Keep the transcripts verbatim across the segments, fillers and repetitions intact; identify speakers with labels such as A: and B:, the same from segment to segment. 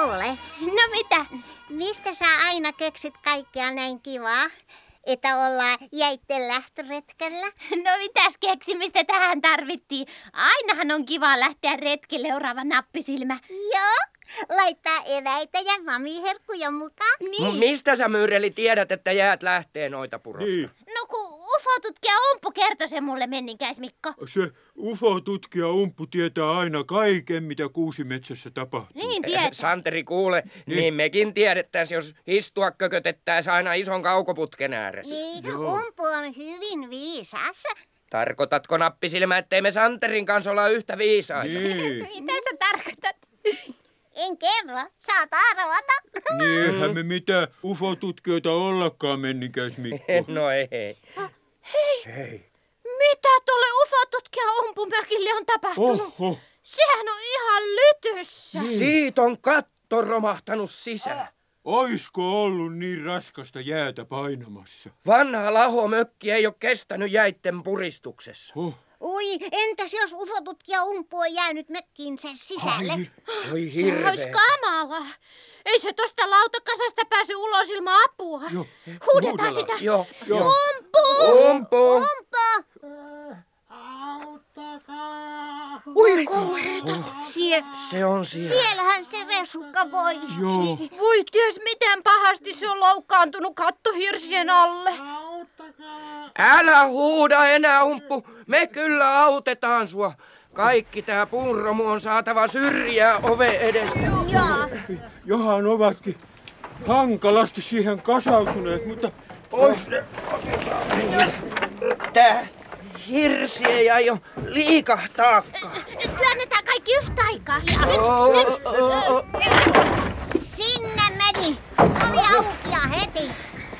A: kuule.
B: No mitä?
A: Mistä sä aina keksit kaikkea näin kivaa, että ollaan jäitten lähtöretkellä?
B: No mitäs keksimistä tähän tarvittiin? Ainahan on kiva lähteä retkelle, oraava nappisilmä.
A: Joo, laittaa eväitä ja mamiherkkuja mukaan.
B: Niin.
C: Mistä sä, Myyreli, tiedät, että jäät lähtee noita purosta?
D: Niin.
B: No kun U F O-tutkija Umppu kertoi sen mulle, menninkäis Mikko.
D: Se U F O-tutkija Umppu tietää aina kaiken, mitä Kuusimetsässä tapahtuu.
B: Niin tietää.
C: Santeri, kuule, niin, niin mekin tiedettäis, jos istua kökötettäis aina ison kaukoputken ääressä.
A: Niin,
D: Joo.
A: Umppu on hyvin viisas.
C: Tarkoitatko, nappisilmä, ettei me Santerin kanssa olla yhtä viisaita?
D: Niin.
B: Mitä sä tarkoitat?
A: En kerro, saat arvata.
D: Niin, eihän me mitään U F O-tutkijoita ollakaan, menninkäis Mikko.
C: No ei.
B: Hei,
D: Hei.
B: mitä tuolle U F O-tutkija Umpun mökille on tapahtunut?
D: Oho.
B: Sehän on ihan lytyssä.
C: Siitä on katto romahtanut sisään.
D: Oisko ollut niin raskasta jäätä painamassa?
C: Vanha lahomökki ei ole kestänyt jäitten puristuksessa.
D: Oh.
A: Ui, entäs jos U F O-tutkija Umppu on jäänyt mökkiinsä sisälle?
D: Ai.
C: Oi
B: Se olisi
C: hirveä.
B: kamalaa. Ei se tosta lautakasasta pääse ulos ilman apua.
D: Joo,
B: Huudetaan
D: huudellaan.
B: sitä.
C: Joo, joo.
B: Umppu!
C: Umpu!
A: Umppu!
B: Ui kauheeta.
A: Sie-
C: Se on siellä.
A: siellähän se resukka voi.
D: Joo.
B: Voi ties miten pahasti se on loukkaantunut kattohirsien alle.
C: Älä huuda enää, Umppu. Me kyllä autetaan sua. Kaikki tää puunromu on saatava syrjää ove edestä.
A: Joo.
D: Johan ovatkin hankalasti siihen kasautuneet, mutta ois ne...
C: Tää hirsi ei aio liikahtaakaan.
B: Työnnetään kaikki yhtä aikaa.
C: Oo,
B: Nyt, nyt.
C: oo, oo.
A: Sinne meni. Ovi auki ja heti.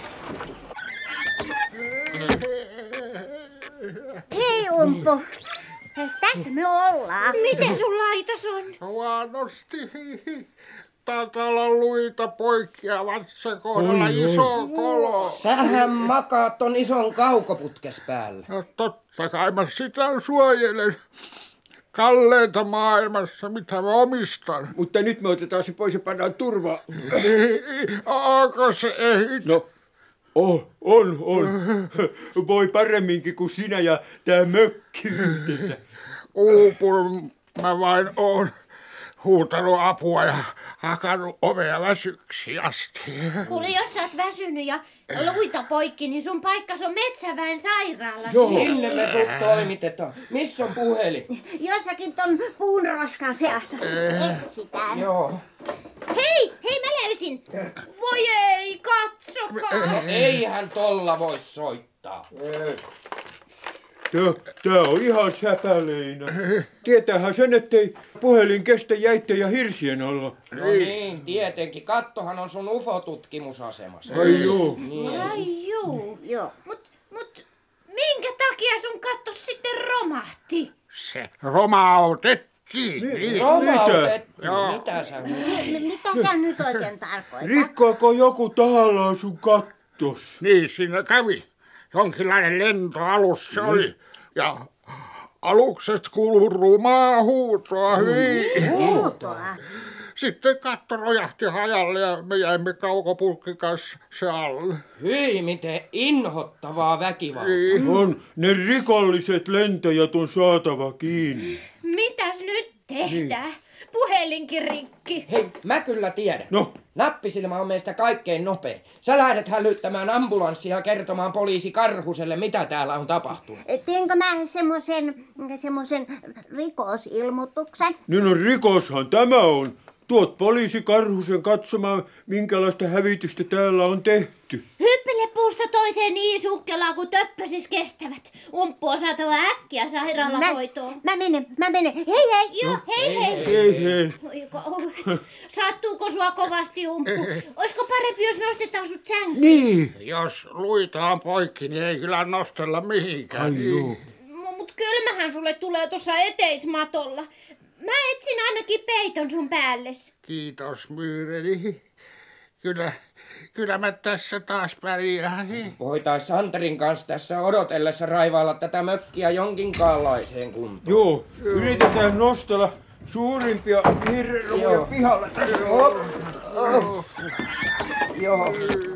A: Hei Umppu. Hei, tässä me ollaan.
B: Miten sun laitos on?
E: Huonosti. Takalla luita poikkia vatsan kohdalla iso kolo.
C: Sähän makaat ton ison kaukoputkes päällä.
E: No totta kai mä sitä suojelen. Kalleinta maailmassa, mitä mä omistan.
D: Mutta nyt me otetaan se pois ja pannaan turvaa.
E: Onko se ei?
D: No, oh, on, on. Voi paremminkin kuin sinä ja tää mökki yhteensä.
E: Uupun mä vain oon. Huutanut apua ja hakannut ovea väsyksi asti.
B: Kuule, jos sä oot väsynyt ja luita poikki, niin sun paikkas on Metsäväen sairaalassa.
C: Joo. Sinne me sut toimitetaan. Missä on puhelin?
A: Jossakin ton puunroskan seassa. Etsitään.
C: Joo.
B: Hei, hei mä löysin. Voi ei, katsokaa.
C: No eihän tolla voi soittaa.
D: Tää, tää on ihan säpäleinä. Tietäähän sen, ettei puhelin kestä jäitten ja hirsien alla.
C: No niin, tietenkin. Kattohan on sun U F O-tutkimusasemassa.
D: Ai joo.
B: Ai juu.
A: Joo.
B: Mut, mut minkä takia sun katto sitten romahti?
E: Se romautettiin. Niin.
C: Romautettiin.
E: Joo.
C: Mitä sä nyt?
A: M- mitä sä nyt oikein tarkoitat?
D: Rikkoako joku tahallaan sun kattos?
E: Niin siinä kävi. Jonkinlainen lentoalus se oli. Ja aluksesta kuului rumaa huutoa. Hyi.
A: Huutoa.
E: Sitten katto rojahti hajalle ja me jäimme kaukopulkkin kanssa se alle.
C: Hyi, miten inhottavaa väkivaltaa.
D: On, ne rikolliset lentäjät on saatava kiinni.
B: Mitäs nyt tehdään? Puhelinkin rikki.
C: Hei, mä kyllä tiedän.
D: No,
C: Nappisilmä on meistä kaikkein nopein. Sä lähdet hälyttämään ambulanssia ja kertomaan poliisi Karhuselle, mitä täällä on tapahtunut.
A: Teenkö mä semmosen, semmosen rikosilmoituksen?
D: niin on rikoshan tämä on. Tuot poliisi Karhusen katsomaan, minkälaista hävitystä täällä on tehty.
B: Hyppele puusta toiseen niin sukkelaa, kun töppösis kestävät. Umppu on saatava äkkiä sairaalahoitoon.
A: Mä, mä menen, mä menen. Hei hei!
B: Joo, hei hei.
D: Hei hei.
B: Oi kauheeta. Sattuuko sua kovasti, Umppu? Oisko parempi, jos nostetaan sut sänkyyn?
D: Niin.
E: Jos luita on poikki, niin ei kyllä nostella mihinkään.
D: Ai joo.
B: M- Mut kylmähän sulle tulee tuossa eteismatolla. Mä etsin ainakin peiton sun päälles.
E: Kiitos, Myyreli. Kyllä, kyllä mä tässä taas pärjään.
C: Voitais Santerin kanssa tässä odotellessa raivailla tätä mökkiä jonkinkaanlaiseen kuntoon.
D: Joo, yritetään nostella suurimpia hirmuja pihalla. Hop.
C: Joo. Joo.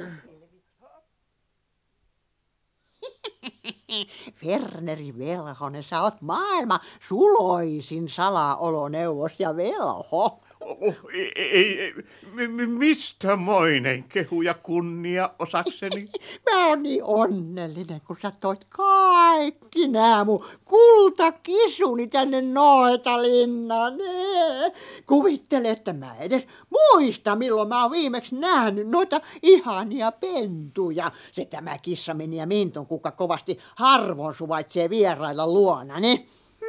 F: Verneri Velhonen, sä oot maailman suloisin salaoloneuvos ja velho.
E: Oh, ei, ei, ei. M- mistä moinen kehu ja kunnia osakseni?
F: Mä oon niin onnellinen, kun sä toit kaikki nää mun kultakisuni tänne Noitalinnaan. Kuvittele, että mä edes muista, milloin mä oon viimeksi nähnyt noita ihania pentuja. Se tämä kissa meni ja Mintun kukka kovasti harvoin suvaitsee vierailla luonani.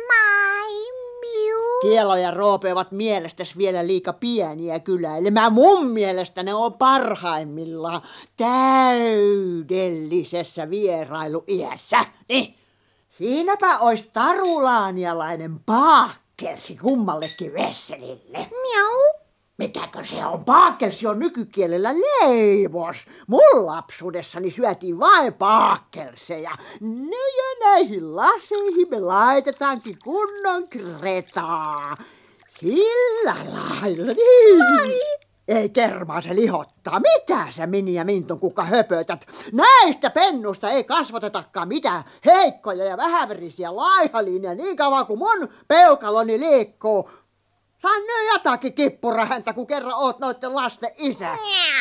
F: Kielo ja Roope ovat mielestäsi vielä liika pieniä kyläilemään. Mun mielestä ne on parhaimmillaan täydellisessä vierailuiässä. Niin, siinäpä ois tarulaanialainen paakkelsi kummallekin vesselille.
A: Miau.
F: Mikäkö se on? Paakkelsi on nykykielellä leivos. Mun lapsuudessani syötiin vain paakkelseja. No ja näihin laseihin me laitetaankin kunnon kretaa. Sillä lailla niin. Ai. Ei kermaa se lihottaa. Mitä sä Mini ja Mintun kukka höpötät? Näistä pennusta ei kasvatetakaan mitään heikkoja ja vähäverisiä laihaliinia niin kauan kuin mun peukaloni liikkuu. Saan nyt jotakin kippurahäntä, kun kerran oot noitten lasten isä.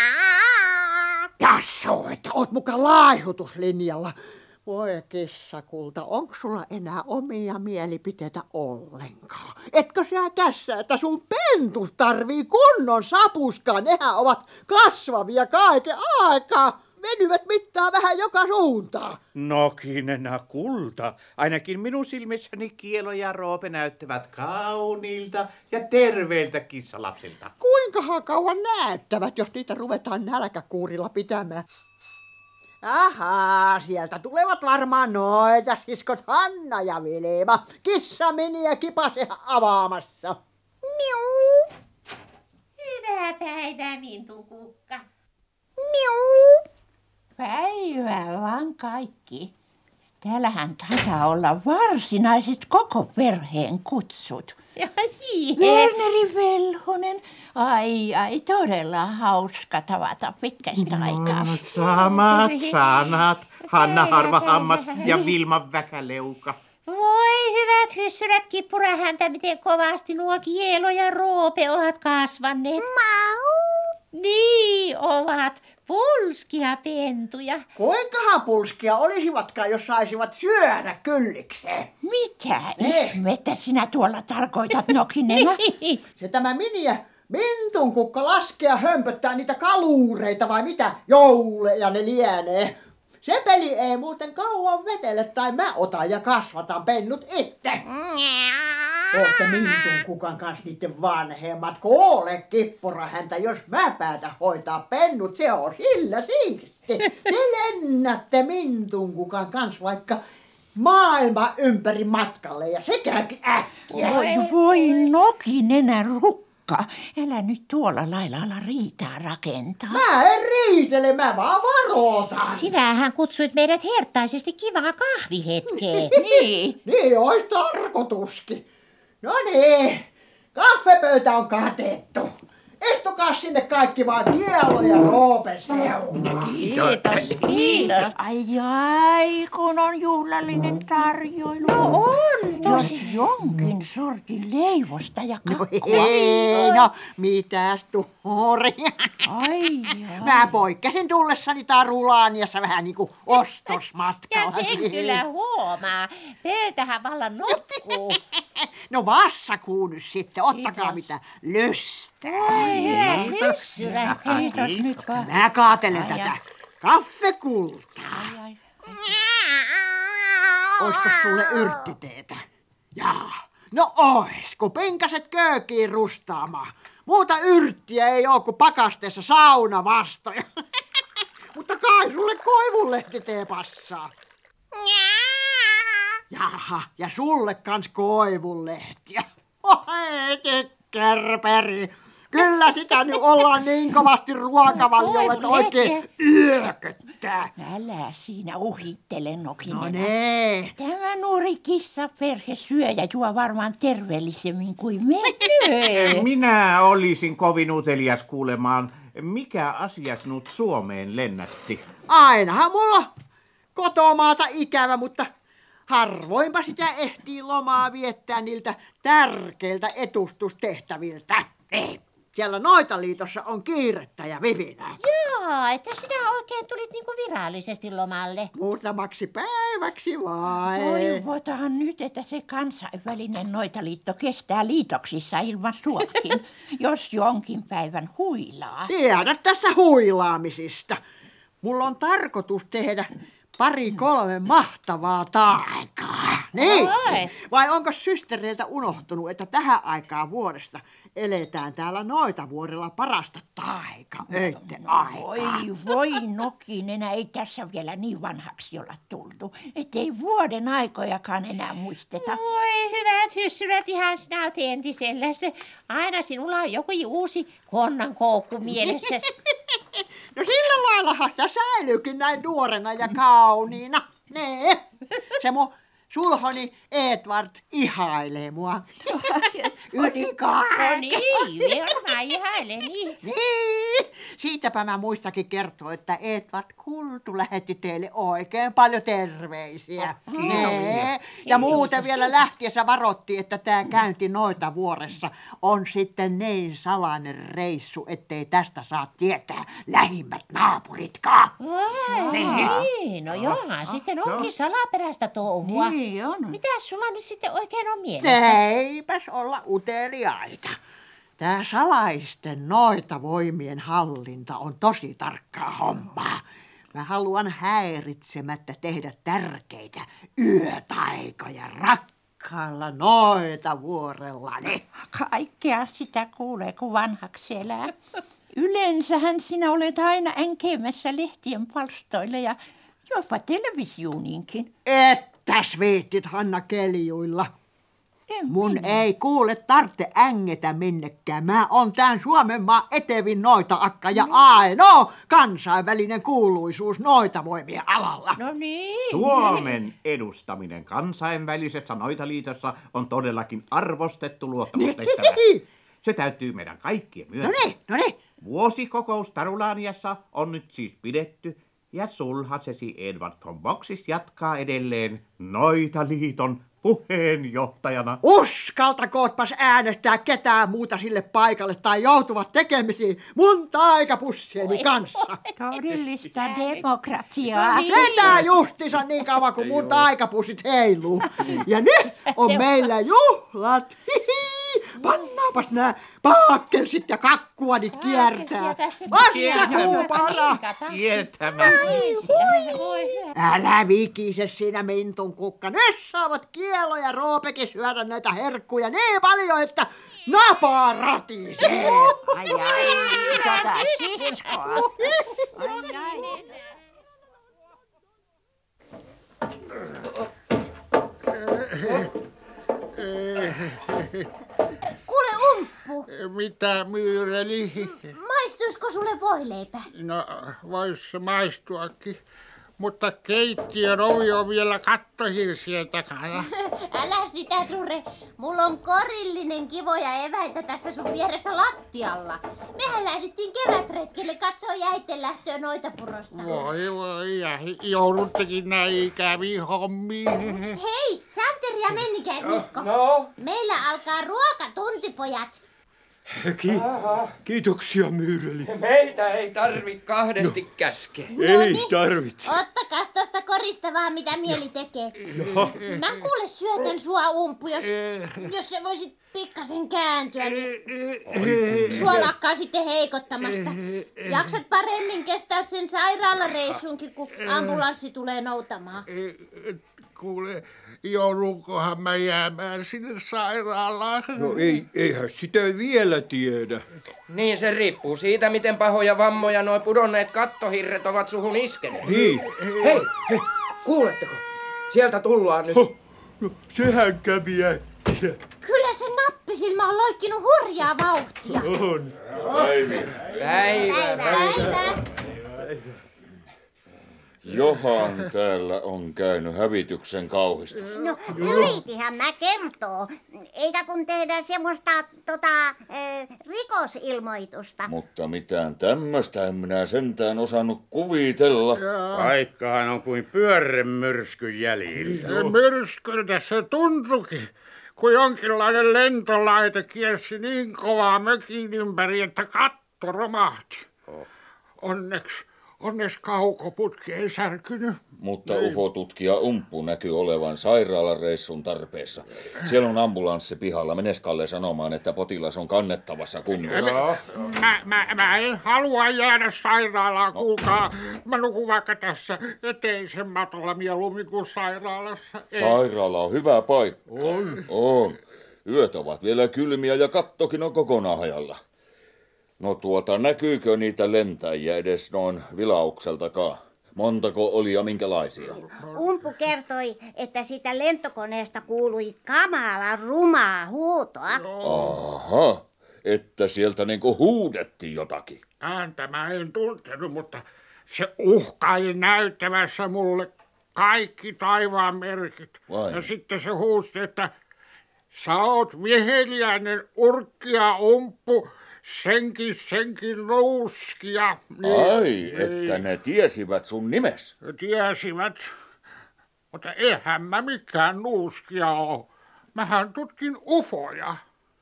F: Jasso, että oot muka laihutuslinjalla. Voi kissakulta, onko sulla enää omia mielipiteitä ollenkaan? Etkö sä kässä, että sun pentus tarvii kunnon sapuskaa? Nehän ovat kasvavia kaiken aikaa. Venyvät mittaa vähän joka suuntaan.
E: Nokinena kulta. Ainakin minun silmissäni Kielo ja Roope näyttävät kauniilta ja terveiltä kissalapsilta.
F: Kuinkahan kauan näyttävät, jos niitä ruvetaan nälkäkuurilla pitämään? Ahaa, sieltä tulevat varmaan noita siskot Hanna ja Vilma. Kissa Mini ja Kipasehan avaamassa.
A: Miu.
B: Hyvää päivää, Mintun kukka.
A: Miu.
G: Päivää vaan kaikki. Täällähän taitaa olla varsinaiset koko perheen kutsut.
B: Ja niin.
G: Verneri Velhonen, ai ai, todella hauska tavata pitkästä aikaa.
E: No, samat sanat. Hanna Harvahammas ja Vilma Väkäleuka.
B: Voi hyvät hyssyrät, kippurahäntä, miten kovasti nuo Kielo ja Roope ovat kasvanneet.
A: Mau.
B: Niin ovat, pulskia pentuja.
F: Kuinkahan pulskia olisivatkaan, jos saisivat syödä kyllikseen?
G: Mitä
F: Eh.
G: ihmettä sinä tuolla tarkoitat, Nokinena?
F: Se tämä Mini ja Mintun kukka laskee ja hömpöttää niitä kaluureita vai mitä jouleja ne lienee. Se peli ei muuten kauan vetele tai mä otan ja kasvatan pennut itse. Ootte Mintun kukan kanssa niiden vanhemmat. Kuole kippurahäntä, jos mä päätän hoitaa pennut, se on sillä siisti. Te lennätte Mintun kukan kanssa vaikka maailman ympäri matkalle ja se käykin äkkiä.
G: Voi, voi Nokinenä rukka. Älä nyt tuolla lailla ala riitaa rakentaa.
F: Mä en riitele, mä vaan varoitan.
B: Sinähän kutsuit meidät hertaisesti kivaa kahvihetkeen.
G: Niin.
F: Niin ois tarkoituskin. No niin, kaffepöytä on katettu. Istukaa sinne kaikki vaan Kielo ja Roope seura.
G: Kiitos, kiitos. Ai ai, kun on juhlallinen tarjoilu.
B: No on
G: Jos jonkin sortin leivosta ja
F: No
G: kakkua.
F: ei, no mitäs tuori.
G: Ai ai.
F: Mä poikkesin tullessani Tarulaaniassa vähän niinku ostosmatkalla.
B: Ja sen kyllä huomaa. Pöytähän vallan notkuu.
F: No vassakuu nyt sitten, ottakaa
B: Kiitos.
F: mitä lystää.
B: Ai hyvät hyssyrät.
G: Kiitos nyt vaan.
F: Mä kaatelen
G: Ai,
F: tätä
G: ai.
F: kaffekultaa.
G: Ai, ai.
F: Oisko sulle yrttiteetä? Jaa. No ois, kun penkaset köökiin rustaamaan. Muuta yrttiä ei oo kuin pakasteessa saunavastoja. Mutta kai sulle koivunlehtitee passaa. Jaha, ja sulle kans koivunlehtiä. Oi, kikkerperi. Kyllä sitä nyt ollaan niin kovasti ruokavaliolla, että oikein yököttää.
G: Älä siinä uhittele, Nokinen.
F: No nee.
G: Tämä nuori kissaperhe syö ja juo varmaan terveellisemmin kuin me.
H: Minä olisin kovin utelias kuulemaan, mikä asia Knut Suomeen lennätti.
F: Ainahan mulla kotomaata ikävä, mutta harvoinpa sitä ehtii lomaa viettää niiltä tärkeiltä etustustehtäviltä. Ei. Siellä Noitaliitossa on kiirettä ja vipinää.
A: Joo, että sinä oikein tulit niinku virallisesti lomalle.
F: Muutamaksi päiväksi vai?
G: Toivotaan nyt, että se kansainvälinen Noitaliitto kestää liitoksissa ilman suokin, jos jonkin päivän huilaa.
F: Tiedät tässä huilaamisista. Mulla on tarkoitus tehdä pari kolme mahtavaa taikaa. Niin.
A: Oi.
F: Vai onko systereiltä unohtunut, että tähän aikaan vuodesta eletään täällä Noitavuorella parasta taikaöitten aikaa?
G: Voi, voi Nokinen, ei tässä vielä niin vanhaksi olla tultu, ettei vuoden aikojakaan enää muisteta.
A: Voi hyvät hyssylät, ihan sinä oot entiselläs. Aina sinulla on joku uusi konnankoukku mielessäsi.
F: No sillä laillahan sitä säilyykin näin nuorena ja kauniina. Nee. Se mun sulhoni Edward ihailee mua. Yli kaiken.
A: No niin, varmaan ihailee niin.
F: Niin. Siitäpä mä muistakin kertoa, että Edward Kultu lähetti teille oikein paljon terveisiä. Nee. Ja muuten vielä lähtiessä varotti, että tää käynti Noitavuoressa on sitten niin salainen reissu, ettei tästä saa tietää lähimmät naapuritkaan.
A: Vai, niin, no johan, sitten onkin salaperäistä touhua.
G: Niin on.
A: Mitäs sulla nyt sitten oikein on mielessä?
F: Eipäs olla uteliaita. Tää salaisten Noitavoimien hallinta on tosi tarkkaa hommaa. Mä haluan häiritsemättä tehdä tärkeitä yötaikoja rakkaalla Noitavuorellani.
G: Kaikkea sitä kuulee, kun vanhaksi elää. Yleensähän sinä olet aina änkeämässä lehtien palstoille ja jopa televisiooniinkin.
F: Ettäs viittit, Hanna, keljuilla.
G: En
F: Mun
G: minä.
F: ei kuule tarvitse ängetä minnekään. Mä oon tän Suomen maan etevin noita-akka ja ainoa kansainvälinen kuuluisuus Noitavoimien alalla.
A: No niin.
H: Suomen edustaminen kansainvälisessä Noitaliitossa on todellakin arvostettu luottamustehtävä. Se täytyy meidän kaikkien
F: No
H: myöntää.
F: niin, no niin.
H: Vuosikokous Tarulaaniassa on nyt siis pidetty ja sulhasesi Edward von Boxis jatkaa edelleen Noitaliiton puheenjohtajana.
F: Uskaltakootpas äänestää ketään muuta sille paikalle tai joutuvat tekemisiin mun taikapussieni kanssa.
G: Todellista demokratiaa.
F: Ketään justiinsa niin kauan kuin mun taikapussit heiluu. Ja nyt on meillä juhlat. Pannaapas nää paakkelsit ja kakkuanit kiertää. Vassakuupara.
H: Kiertämä.
F: Älä vikise siinä Mintun kukka. Nyt saavat Kielo ja Roopekin syödä näitä herkkuja niin paljon, että napa ratisee.
G: Ai ai, tota siskoa. Ai ai.
B: Kuule Umppu,
E: Mitä Myyreli?
B: maistuisiko sulle voileipä?
E: No, vois se maistuakin. Mutta keittiön ovi on vielä kattohirsien takana.
B: Älä sitä sure. Mulla on korillinen kivoja eväitä tässä sun vieressä lattialla. Mehän lähdettiin kevätretkelle katsoa jäitten lähtöä Noitapurosta.
E: Voi voi, ja jouduttekin näin ikäviin hommiin.
B: Hei, Santeri ja Mennikäis Mikko.
C: No?
B: Meillä alkaa ruokatunti, pojat.
D: Ki- kiitoksia, Myyreli.
C: Meitä ei tarvi kahdesti no. käskeä.
D: Ei
B: niin.
D: tarvitse.
B: Ottakas tosta korista vaan mitä mieli tekee. Mä kuule syötän sua Umppu, jos, jos sä voisit pikkasen kääntyä, niin sua lakkaa sitten heikottamasta. Jaksat paremmin kestää sen sairaalareissunkin, kun ambulanssi tulee noutamaan.
E: Kuule, joudunkohan mä jäämään sinne sairaalaan?
D: No ei, eihän sitä vielä tiedä.
C: Niin se riippuu siitä, miten pahoja vammoja nuo pudonneet kattohirret ovat suhun iskeneet.
D: Niin.
C: Hei, hei, kuuletteko? Sieltä tullaan nyt.
D: Ho, no, sehän kävi äkkiä.
B: Kyllä se nappi Korpisilmä on loikkinut hurjaa vauhtia.
D: On.
C: Päivä.
A: Päivä.
B: Päivä.
E: Johan täällä on käynyt hävityksen kauhistus.
A: No, yritihän mä kertoo. Eikä kun tehdä semmoista tota, äh, rikosilmoitusta.
E: Mutta mitään tämmöistä en minä sentään osannut kuvitella.
I: Paikkahan on kuin pyörremyrskyn jäljiltä.
E: Myrskyltä se tuntuikin, kun jonkinlainen lentolaite kiersi niin kovaa mökin ympäri, että katto romahti. Onneksi, onneksi kaukoputki ei särkynyt. Mutta U F O-tutkija Umppu näkyy olevan sairaalareissun tarpeessa. Siellä on ambulanssi pihalla. Menes Kalle sanomaan, että potilas on kannettavassa kunnossa. Mä, mä, mä en halua jäädä sairaalaan, kuulkaa. Mä nukun vaikka tässä eteisen matolla mieluummin kuin sairaalassa. Ei. Sairaala on hyvä paikka. On. On. Yöt ovat vielä kylmiä ja kattokin on kokonaan hajalla. No tuota, näkyykö niitä lentäjiä edes noin vilaukseltakaan? Montako oli ja minkälaisia?
A: Umpu kertoi, että sitä lentokoneesta kuului kamala rumaa huutoa.
E: Aha, että sieltä niinku huudettiin jotakin. Ääntä mä en tuntenut, mutta se uhkaili näyttämässä mulle kaikki taivaan merkit. Vai? Ja sitten se huusi, että sä oot viheliäinen urkkia Umppu. Senkin, senkin nuuskia. Niin, ai, ei, että ne tiesivät sun nimes. Tiesivät, mutta eihän mä mikään nuuskia oo. Mähän tutkin ufoja.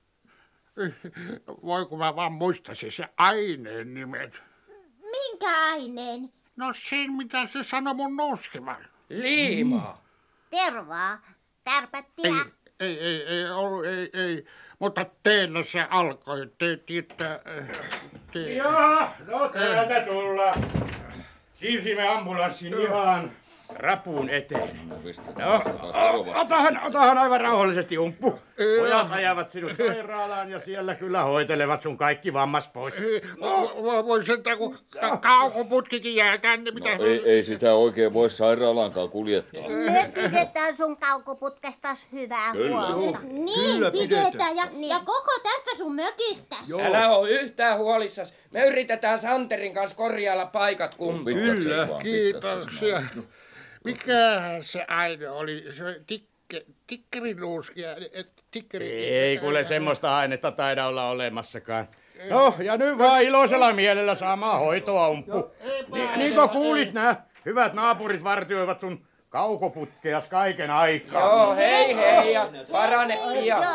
E: Voi kun mä vaan muistasin se aineen nimet.
B: Minkä aineen?
E: No sen, mitä se sanoi mun nuuskivan.
C: Liimaa.
A: Tervaa. Tärpättiä.
E: Ei, ei, ei, ei ollut, ei, ei. Mutta teillä se alkoi. Te tiedätte... Te...
I: Joo, no täältä tullaan. Siirsimme ambulanssin ihan rapun eteen. No, otahan, otahan aivan rauhallisesti, Umppu. Pojat ajavat sinut sairaalaan ja siellä kyllä hoitelevat sun kaikki vammas pois.
E: Voi sentään, kun kaukoputkikin jää tänne. Mitä... No, ei, ei sitä oikein voi sairaalaankaan kuljettaa.
A: Me pidetään sun kaukoputkestas hyvää huolta.
B: Niin, kyllä pidetään. Ja, niin. ja koko tästä sun mökistä.
C: Älä oo yhtään huolissas. Me yritetään Santerin kanssa korjailla paikat kuntoon.
E: Kyllä, kiitoksia. Mikä se aine oli? Se tikke, tikkerinuuskia? Tikkeri...
I: Ei kuule semmoista ainetta taida olla olemassakaan. No, ja nyt vaan iloisella mielellä saamaan hoitoa, Umppu. Ni, niin kuin kuulit, nää hyvät naapurit vartioivat sun kaukoputkeas kaiken aikaa.
C: Joo, hei hei ja parane pian.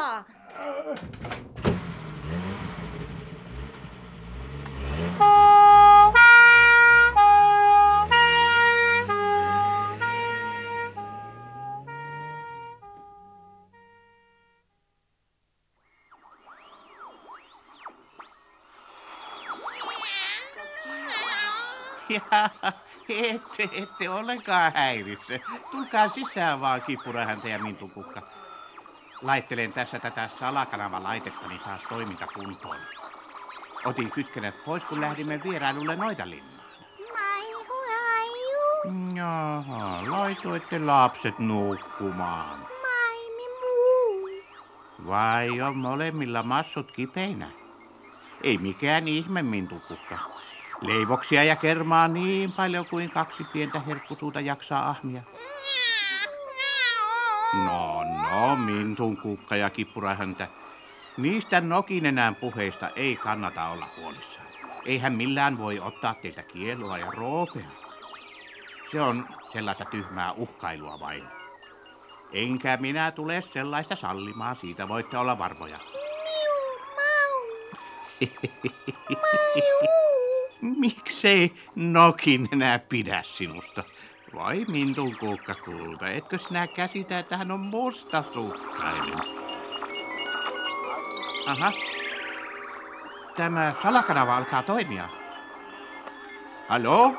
H: Ja ette, ette ollenkaan häirissä. Tulkaa sisään vaan, Kippurahäntä ja Mintukukka. Laittelen tässä tätä salakanava-laitettani taas toimintakuntoon. Otin kytkenet pois, kun lähdimme vierailulle Noitalinnaan.
A: Maihu, aiu.
H: Jaha, laitoitte lapset nukkumaan.
A: Maimi muu.
H: Vai on molemmilla massut kipeinä? Ei mikään ihme, Mintukukka. Leivoksia ja kermaa niin paljon kuin kaksi pientä herkkusuuta jaksaa ahmia. No, no, Mintukukka ja Kippurahäntä. Niistä nokinenään puheista ei kannata olla huolissaan. Eihän millään voi ottaa teiltä kielua ja roopea. Se on sellaista tyhmää uhkailua vain. Enkä minä tule sellaista sallimaan, siitä voitte olla varmoja.
A: Miu, mau.
H: Miksei nokin enää pidä sinusta? Vai Mintukukka kulta, etkö sinä käsitä, että hän on mustasukkainen? Aha. Tämä salakanava alkaa toimia. Haloo?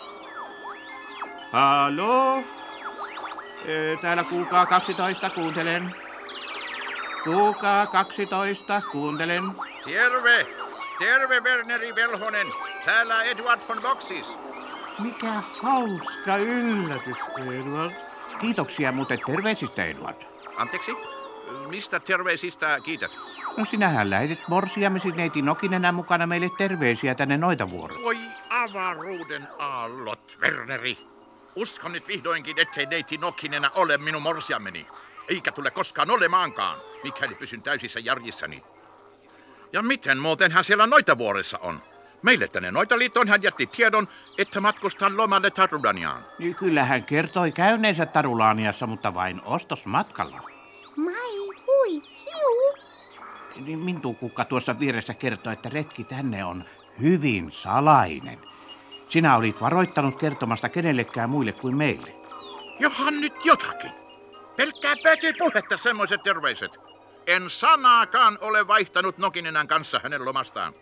H: Haloo? Täällä kuulkaa kaksitoista, kuuntelen. Kuulkaa kaksitoista, kuuntelen.
J: Terve! Terve, Werneri Velhonen! Täällä Edward von Boxis.
H: Mikä hauska yllätys, Edward. Kiitoksia muuten terveisistä, Edward.
J: Anteeksi? Mistä terveisistä kiität?
H: No sinähän lähetit morsiamesi neiti Nokinenä mukana meille terveisiä tänne Noitavuorelle.
J: Voi avaruuden aallot, Werneri. Uskon nyt vihdoinkin, ettei neiti Nokinenä ole minun morsiameni. Eikä tule koskaan olemaankaan, mikäli pysyn täysissä järjissäni. Ja miten muuten hän siellä Noitavuoressa on? Meille tänne Noitaliittoon hän jätti tiedon, että matkustan lomalle Tarulaniaan.
H: Niin kyllä hän kertoi käyneensä Tarulaniassa, mutta vain ostosmatkalla.
A: Mai, hui, hiu.
H: Niin Mintu Kukka tuossa vieressä kertoi, että retki tänne on hyvin salainen. Sinä olit varoittanut kertomasta kenellekään muille kuin meille.
J: Johan nyt jotakin. Pelkkää pötypuhetta semmoiset terveiset. En sanaakaan ole vaihtanut Nokinenän kanssa hänen lomastaan.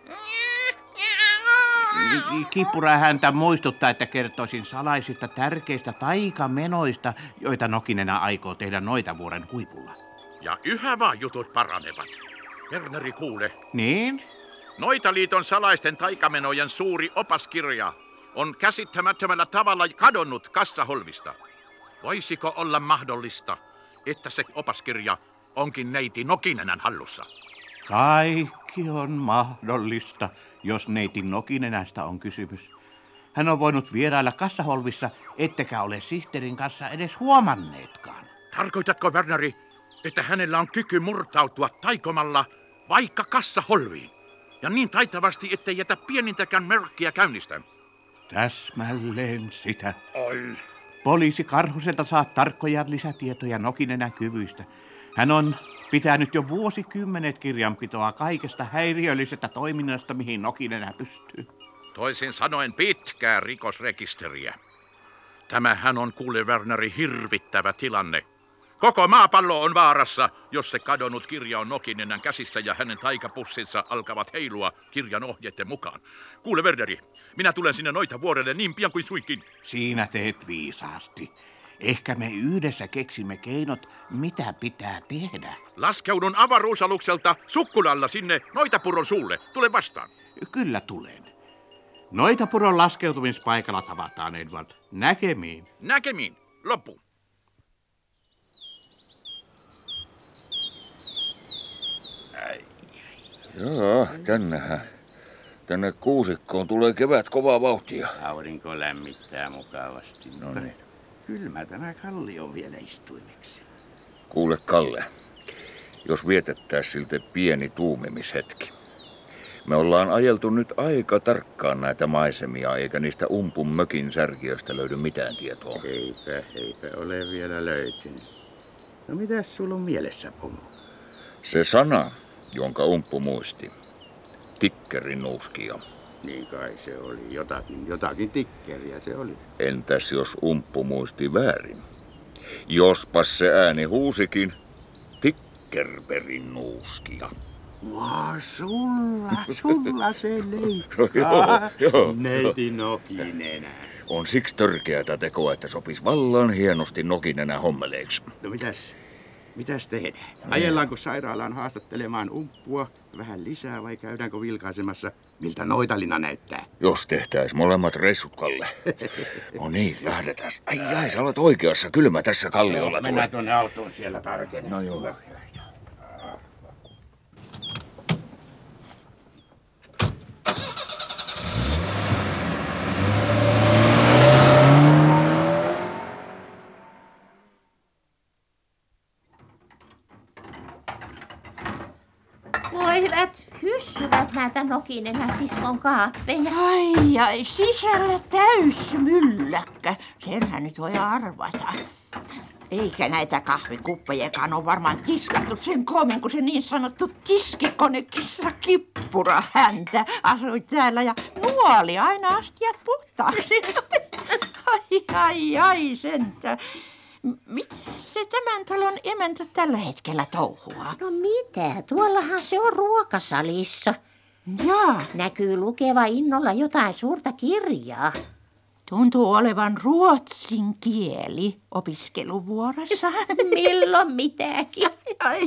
H: Kippura häntä muistuttaa, että kertoisin salaisista tärkeistä taikamenoista, joita Nokinenä aikoo tehdä Noitavuoren huipulla.
J: Ja yhä vaan jutut paranevat. Werneri, kuule.
H: Niin?
J: Noitaliiton salaisten taikamenojen suuri opaskirja on käsittämättömällä tavalla kadonnut kassaholvista. Voisiko olla mahdollista, että se opaskirja onkin neiti Nokinenän hallussa?
H: Kaikki on mahdollista, jos neiti Nokinenästä on kysymys. Hän on voinut vierailla kassaholvissa, ettekä ole sihteerin kanssa edes huomanneetkaan.
J: Tarkoitatko, Werneri, että hänellä on kyky murtautua taikomalla vaikka kassaholviin? Ja niin taitavasti, ettei jätä pienintäkään merkkiä käynnistä?
H: Täsmälleen sitä.
J: Oi.
H: Poliisi Karhuselta saa tarkkoja lisätietoja Nokinenän kyvyistä. Hän on pitänyt jo vuosikymmenet kirjanpitoa kaikesta häiriöllisestä toiminnasta, mihin Nokinenä pystyy.
J: Toisin sanoen pitkää rikosrekisteriä. Tämähän on, kuule Werneri, hirvittävä tilanne. Koko maapallo on vaarassa, jos se kadonnut kirja on Nokinenän käsissä ja hänen taikapussinsa alkavat heilua kirjan ohjeiden mukaan. Kuule Werneri, minä tulen sinne Noitavuorelle niin pian kuin suinkin.
H: Siinä teet viisaasti. Ehkä me yhdessä keksimme keinot, mitä pitää tehdä.
J: Laskeudun avaruusalukselta Sukkulalla sinne Noitapuron suulle. Tule vastaan.
H: Kyllä tulen. Noitapuron laskeutumispaikalla tavataan, Edward. Näkemiin.
J: Näkemiin. Loppu.
K: Joo, tännehän. Tänne kuusikkoon tulee kevät kovaa vauhtia.
L: Aurinko lämmittää mukavasti.
K: No niin.
L: Kylmä tämä kalli on vielä istuimeksi.
K: Kuule Kalle, jos vietettäisiin siltä pieni tuumimishetki. Me ollaan ajeltu nyt aika tarkkaan näitä maisemia, eikä niistä umpun mökin särkiöistä löydy mitään tietoa.
L: Eipä, eipä ole vielä löytynyt. No mitäs sulla on mielessä, Pomo?
K: Se sana, jonka umppu muisti. Tikkerin nuuskia.
L: Niin kai se oli. Jotakin, jotakin tikkeriä se oli.
K: Entäs jos umppu muisti väärin? Jospas se ääni huusikin Tikkerberin nuuskia.
L: Vaan sulla, sulla se leikkaa.
K: joo, joo.
L: Neiti Nokinenä.
K: On siksi törkeätä tekoa, että sopis vallan hienosti Nokinenä hommeleiksi.
L: No mitäs, mitäs tehdään? Ajellaanko sairaalaan haastattelemaan umppua vähän lisää vai käydäänkö vilkaisemassa, miltä Noitalina näyttää?
K: Jos tehtäis molemmat reissut, Kalle. No niin, lähdetään. Ai ai, sä olet oikeassa. Kylmä tässä kalliolla tulee.
L: Mennään tuonne autoon siellä tarkemmin.
K: No joo.
G: Voi hyvät hyssyvät näitä Nokinenän siskon kaappeja.
B: Ai ai, sisällä täysmylläkkä. Senhän nyt voi arvata. Eikä näitä kahvikuppejakaan ole varmaan tiskattu sen koomin, kun se niin sanottu tiskikonekissa Kippura häntä asui täällä ja nuoli aina astiat puhtaaksi. Ai ai ai sentä. Mitä se tämän talon emäntä tällä hetkellä touhuaa?
A: No mitä? Tuollahan se on ruokasalissa.
B: Jaa.
A: Näkyy lukeva innolla jotain suurta kirjaa.
B: Tuntuu olevan ruotsin kieli opiskeluvuorossa.
A: Milloin mitäkin.
B: Ai.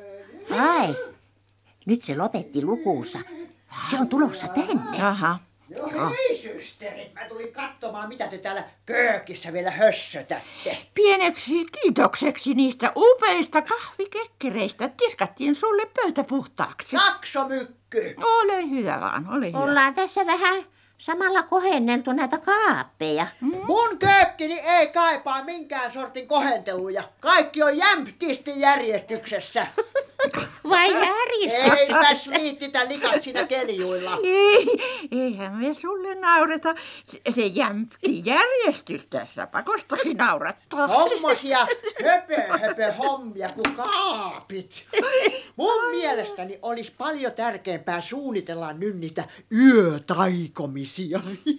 A: Ai, nyt se lopetti lukuunsa. Se on tulossa tänne.
B: Aha.
F: No hei systerit, mä tulin katsomaan mitä te täällä köökissä vielä hössötätte.
G: Pieneksi kiitokseksi niistä upeista kahvikekkereistä tiskattiin sulle pöytä puhtaaksi.
F: Saksomykky!
G: Ole hyvä vaan, ole hyvä.
A: Ollaan tässä vähän samalla kohenneltu näitä kaappeja.
F: Mm. Mun köökkini ei kaipaa minkään sortin kohenteluja. Kaikki on jämptisti järjestyksessä.
A: Vai järjestyksessä?
F: Eipäs viittitä likat siinä keljuilla.
G: Ei, eihän me sulle naureta. Se, se jämpti järjestys tässä pakostakin naurattaa.
F: Hommosia höpö höpö hommia kuin kaapit. Mun mielestäni olisi paljon tärkeämpää suunnitella nyt niitä yötaikomisia.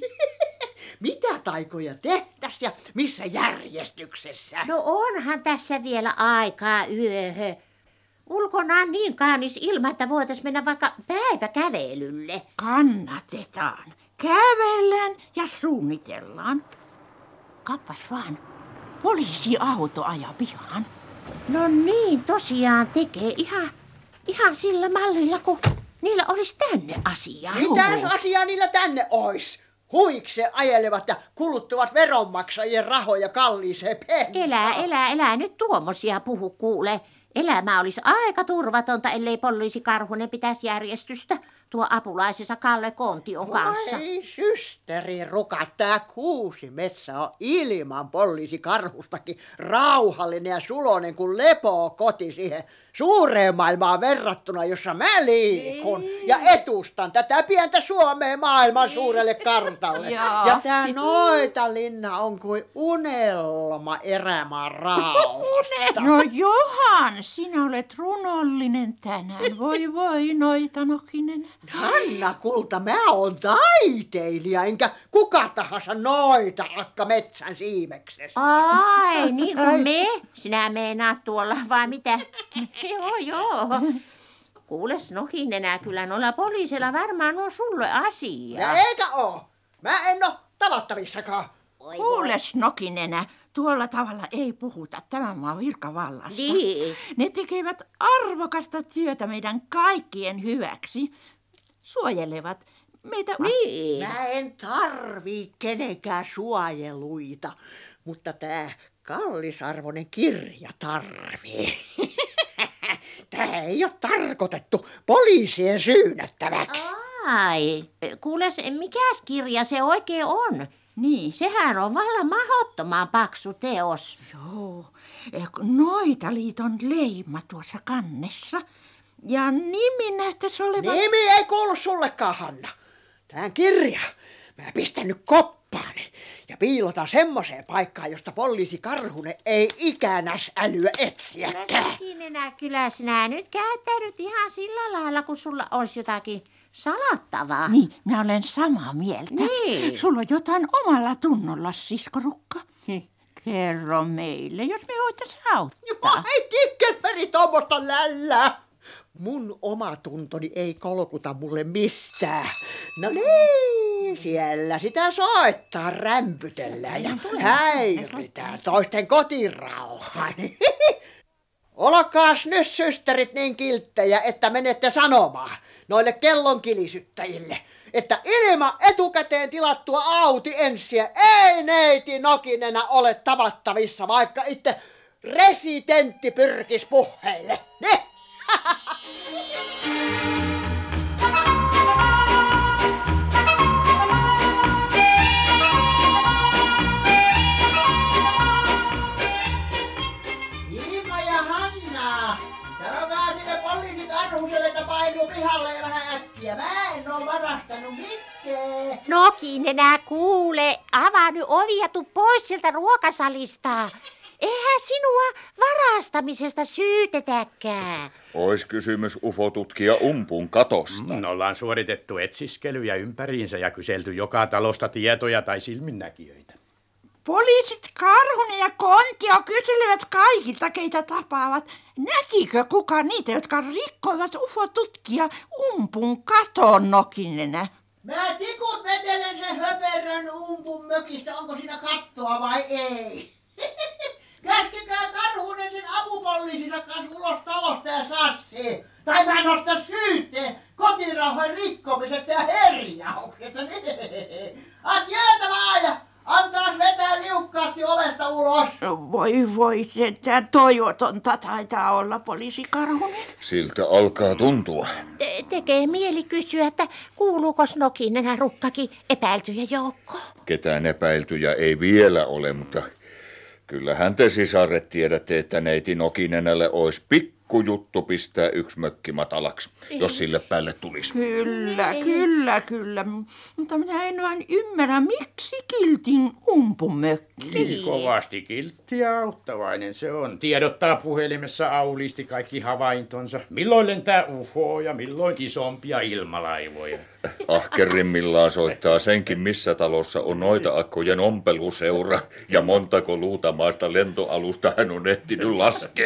F: Mitä taikoja tehtäis ja missä järjestyksessä?
A: No onhan tässä vielä aikaa yöhön. Ulkona on niin kaunis ilma, että voitaisiin mennä vaikka päiväkävelylle.
G: Kannatetaan. Kävellään ja suunnitellaan. Kappas vaan. Poliisiauto ajaa pihaan.
A: No niin, tosiaan tekee ihan, ihan sillä mallilla, kun niillä olisi tänne asiaa.
F: Mitä asiaa niillä tänne ois? Huikse ajelevat ja kuluttavat veronmaksajien rahoja kalliiseen pensaan.
A: Elää, elää, elää nyt tuommoisia puhu kuule. Elämä olisi aika turvatonta, ellei poliisi Karhunen pitäisi järjestystä tuo apulaisensa Kalle Kontion kanssa.
F: Ei systeri rukat, tää kuusi metsä on ilman poliisi Karhustakin rauhallinen ja sulonen kuin lepoo koti siihen suureen maailmaan verrattuna, jossa mä liikun ei. Ja etustan tätä pientä Suomea maailman ei. Suurelle kartalle. Ja, ja tää Noitalinna on kuin unelma erämaan rauhasta.
G: No Johan, sinä olet runollinen tänään. Voi voi, Noitanokinen.
F: Hanna kulta, mä oon taiteilija, enkä kuka tahansa noita akka metsän siimeksessä.
A: Ai, niin kuin me? Sinä meinaat tuolla vai mitä? Joo, joo. Kuules Nokinenä, kyllä noilla poliisilla varmaan on sulle asia.
F: Ja eikä oo. Mä en oo tavattavissakaan.
G: Kuules Nokinenä, tuolla tavalla ei puhuta tämän maan virkavallasta.
A: Niin.
G: Ne tekevät arvokasta työtä meidän kaikkien hyväksi. Suojelevat meitä.
A: Niin.
F: Mä en tarvii kenenkään suojeluita, mutta tää kallisarvoinen kirja tarvii. Tää ei ole tarkoitettu poliisien syynättäväksi.
A: Ai, kuules, mikäs kirja se oikein on?
G: Niin.
A: Sehän on vallan mahdottoman paksu teos.
G: Joo, Noitaliiton leima tuossa kannessa. Ja nimi näyttäisi olevan...
F: Nimi ei kuulu sullekaan, Hanna. Tän kirja mä pistän nyt koppaani ja piilotan semmoiseen paikkaan, josta poliisi Karhunen ei ikänäs älyä etsiäkään.
A: Kyllä, kyllä sinä nyt käyttäydyt ihan sillä lailla, kun sulla olisi jotakin salattavaa.
G: Niin, minä olen samaa mieltä.
A: Niin.
G: Sulla on jotain omalla tunnolla, siskorukka. Hm. Kerro meille, jos me voitaisiin auttaa.
F: Ei tikkelperi tuommoista lällää. Mun omatuntoni ei kolkuta mulle mistään. No niin, siellä sitä soittaa, rämpytellään ja häiritään toisten kotirauhan. Olkaas nyt systerit niin kilttejä, että menette sanomaan noille kellonkilisyttäjille, että ilman etukäteen tilattua Audi ensiä ei neiti Nokinenä ole tavattavissa, vaikka itse residentti pyrkis puheille. Ne? Iima ja Hanna, sanokaa sille poliisi Karhuselle, että painuu pihalle ja vähän äkkiä. Mä en oo varastanut mitään.
A: Nokinenä, kuule, avaa nyt ovi ja tuu pois sieltä ruokasalista. Eihän sinua varastamisesta syytetäkään.
K: Ois kysymys ufotutkija Umpun katosta.
I: Mm, ollaan suoritettu etsiskelyjä ympäriinsä ja kyselty joka talosta tietoja tai silminnäkijöitä.
G: Poliisit Karhunen ja Kontio kyselivät kaikilta, keitä tapaavat. Näkikö kuka niitä, jotka rikkoivat ufotutkija Umpun katon, Nokinenä?
F: Mä tikut vetelen sen höperön Umpun mökistä, onko siinä kattoa vai ei. Käskekää Karhunen sen apupoliisinsa kanssa ulos talosta ja sassii. Tai mä nostan syytteen kotirauhan rikkomisesta ja herjauksesta. Adjötä vaan ja antaas vetää liukkaasti ovesta ulos.
G: Voi voi, sentään toivotonta taitaa olla, poliisi Karhunen.
K: Siltä alkaa tuntua.
A: Te- tekee mieli kysyä, että kuuluuko Nokinenä Rukkakin epäiltyjä joukkoon.
K: Ketään epäiltyjä ei vielä ole, mutta kyllähän te sisaret tiedätte, että neiti Nokinenälle olisi pikkujuttu pistää yksi mökki matalaksi, jos sille päälle tulisi.
G: Kyllä, kyllä, kyllä. Mutta minä en vain ymmärrä, miksi kiltin umpumökki.
I: Niin kovasti kiltti ja auttavainen se on. Tiedottaa puhelimessa auliisti kaikki havaintonsa. Milloin lentää U F O ja milloin isompia ilmalaivoja.
K: Ahkerimmillaan soittaa senkin, missä talossa on noita akkojen ompeluseura ja montako luutamaista lentoalusta hän on ehtinyt laskea.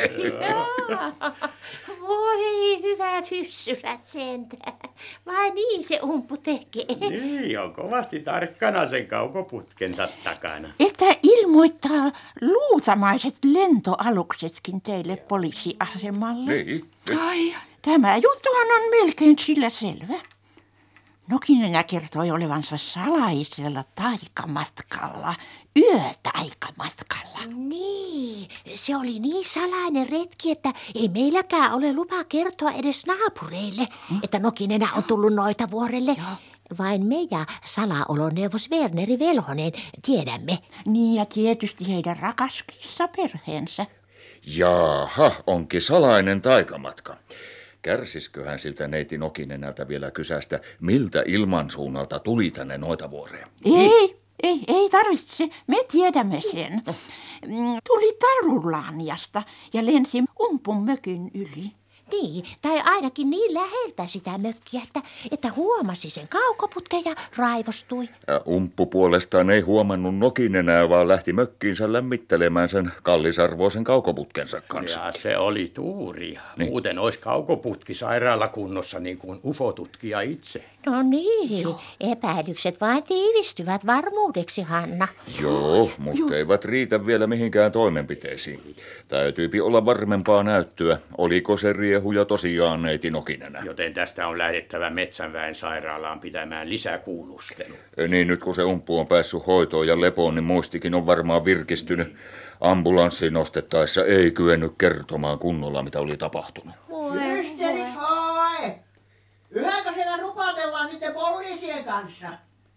A: Voi hyvät hyssyrät sentään. Vai niin se umpu tekee?
I: Niin, on kovasti tarkkana sen kaukoputkensa takana.
G: Että ilmoittaa luutamaiset lentoaluksetkin teille poliisiasemalle.
K: Niin.
G: Ai, tämä juttuhan on melkein sillä selvä. Nokinenä kertoi olevansa salaisella taikamatkalla, yötaikamatkalla.
A: Niin, se oli niin salainen retki, että ei meilläkään ole lupa kertoa edes naapureille, mm. että Nokinenä on tullut Noitavuorelle. Vain me ja salaoloneuvos Werneri Velhonen tiedämme.
G: Niin ja tietysti heidän rakas kissaperheensä.
K: Jaha, onkin salainen taikamatka. Kärsisköhän siltä neiti Nokinenältä vielä kysästä, miltä ilmansuunnalta tuli tänne Noitavuoreen?
G: Ei, ei, ei tarvitse. Me tiedämme sen. Tuli Tarulaaniasta ja lensi umpun mökin yli.
A: Niin, tai ainakin niin läheltä sitä mökkiä, että, että huomasi sen kaukoputken ja raivostui.
K: Ja umppu puolestaan ei huomannut Nokinenää, vaan lähti mökkiinsä lämmittelemään sen kallisarvoisen kaukoputkensa kanssa.
I: Ja se oli tuuri.
K: Niin.
I: Muuten olisi kaukoputki sairaalakunnossa niin kuin U F O-tutkija itse.
A: No niin, Joo. Epäilykset vain tiivistyvät varmuudeksi, Hanna.
K: Joo, mutta Joo. eivät riitä vielä mihinkään toimenpiteisiin. Täytyypi olla varmempaa näyttöä, oliko se riehuja tosiaan neiti Nokinenä.
I: Joten tästä on lähdettävä Metsänväen sairaalaan pitämään lisäkuulustelu.
K: Niin nyt kun se umpu on päässyt hoitoon ja lepoon, niin muistikin on varmaan virkistynyt. Ambulanssiin nostettaessa ei kyennyt kertomaan kunnolla, mitä oli tapahtunut.
F: Mysteerit hoi! Yhäkö siellä rupatellaan niiden poliisien kanssa?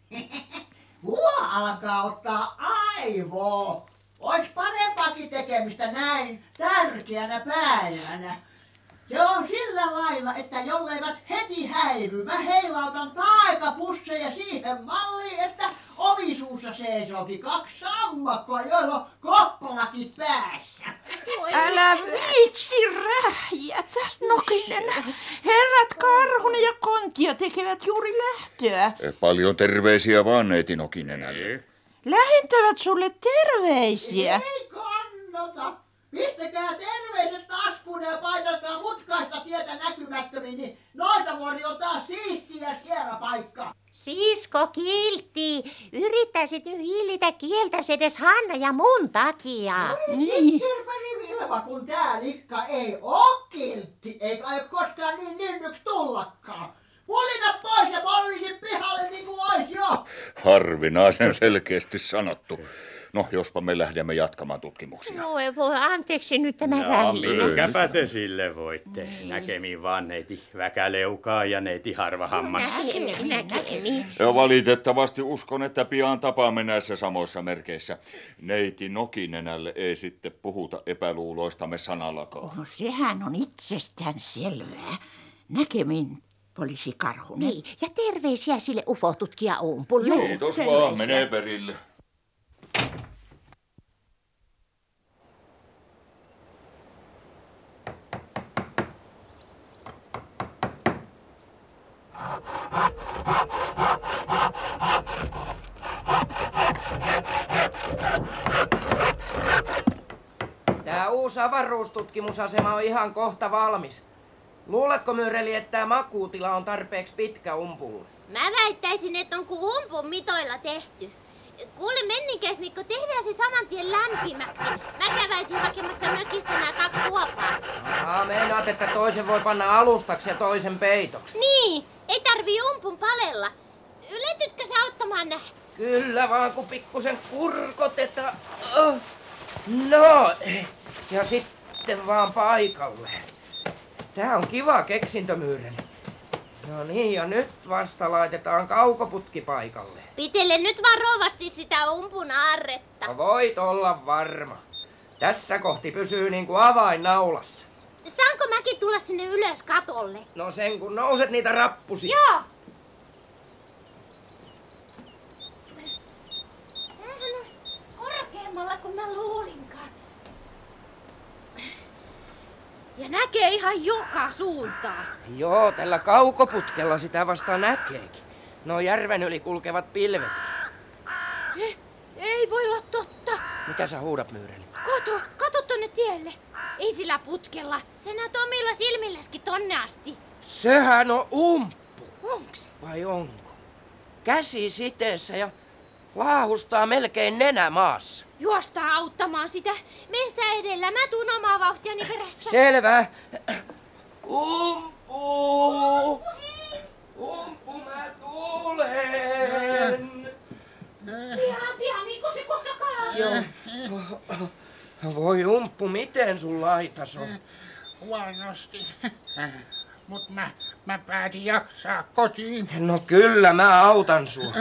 F: Mua alkaa ottaa aivoa. Ois parempaakin tekemistä näin tärkeänä päivänä. Se on sillä lailla, että jolleivät heti häivy, mä heilautan taikapusseja siihen malliin, että ovisuussa seisookin kaksi sammakkoa, joilla on koppalakin päässä.
G: Älä viitsi rähjätä, Nokinen. Herrat Karhunen ja Kontio tekevät juuri lähtöä.
K: Paljon terveisiä vaan neiti Nokinenälle.
G: Lähentävät sulle terveisiä.
F: Ei kannata. Pistäkää terveiset taskuun ja painakaa mutkaista tietä näkymättömiin, niin Noitavuori on taas siisti ja sievä paikka.
A: Sisko Kiltti, yrittäisit nyt hillitä kieltäsi edes Hanna ja mun takia.
F: Niin. Kirperi Vilma, kun tää likka ei oo kiltti, eikä aio koskaan niin nynnyks tullakaan. Pulina pois ja poliisin pihalle niin kuin ois jo.
K: Harvinaisen selkeästi sanottu. No, jospa me lähdemme jatkamaan tutkimuksia.
A: No ei voi, anteeksi nyt tämä
I: No,
A: rähinä.
I: minkäpä te sille voitte. Näkemiin vaan neiti väkäleukaa ja neiti harvahammas.
A: Näkemiin, näkemiin.
K: Ja valitettavasti uskon, että pian tapaamme näissä samoissa merkeissä. Neiti Nokinenälle ei sitten puhuta epäluuloistamme sanallakaan.
G: No sehän on itsestään selvää. Näkemiin, poliisi Karhunen.
A: Niin, ja terveisiä sille U F O-tutkija Umpulle.
K: Kiitos vaan, menee perille.
C: Tämä uusi avaruustutkimusasema on ihan kohta valmis. Luuletko, Myreli, että tämä makuutila on tarpeeksi pitkä umpulle?
B: Mä väittäisin, että on kuin umpun mitoilla tehty. Kuule Menninkäis Mikko, tehdään se saman tien lämpimäksi. Mä käväisin hakemassa mökistä nämä kaksi huopaa.
C: Ahaa, meinaat, että toisen voi panna alustaksi ja toisen peitoksi.
B: Niin, umpun palella. Yletytkö sä auttamaan nää?
C: Kyllä vaan, kun pikkusen kurkotetaan. Oh. No, ja sitten vaan paikalle. Tää on kiva keksintömyyreli. No niin, ja nyt vasta laitetaan kaukoputki paikalle.
B: Pitele nyt varovasti sitä umpun aarretta.
C: No voit olla varma. Tässä kohti pysyy niinku avain naulassa.
B: Saanko mäkin tulla sinne ylös katolle?
C: No sen kun nouset niitä rappusia.
B: Joo. Tämähän on korkeammalla kuin mä luulinkaan. Ja näkee ihan joka suuntaan.
C: Joo, tällä kaukoputkella sitä vasta näkeekin. No järven yli kulkevat pilvetkin.
B: Eh, ei voi olla totta.
C: Mitä sä huudat, Myyreli?
B: Kato, kato tonne tielle. Ei sillä putkella. Sä näet omilla silmilläskin tonne asti.
C: Sehän on umppu.
B: Onks?
C: Vai onko? Käsi siteessä ja laahustaa melkein nenä maassa.
B: Juostaan auttamaan sitä. Men sä edellä, mä tuun omaa vauhtiani perässä.
C: Selvä. Umppu! Umppu, mä tulen!
B: Pian, pian, Mikko, se kohta käy.
C: Voi umppu, miten sun laitas on?
E: Huonosti. Mut mä, mä päätin jaksaa kotiin.
C: No kyllä, mä autan sua.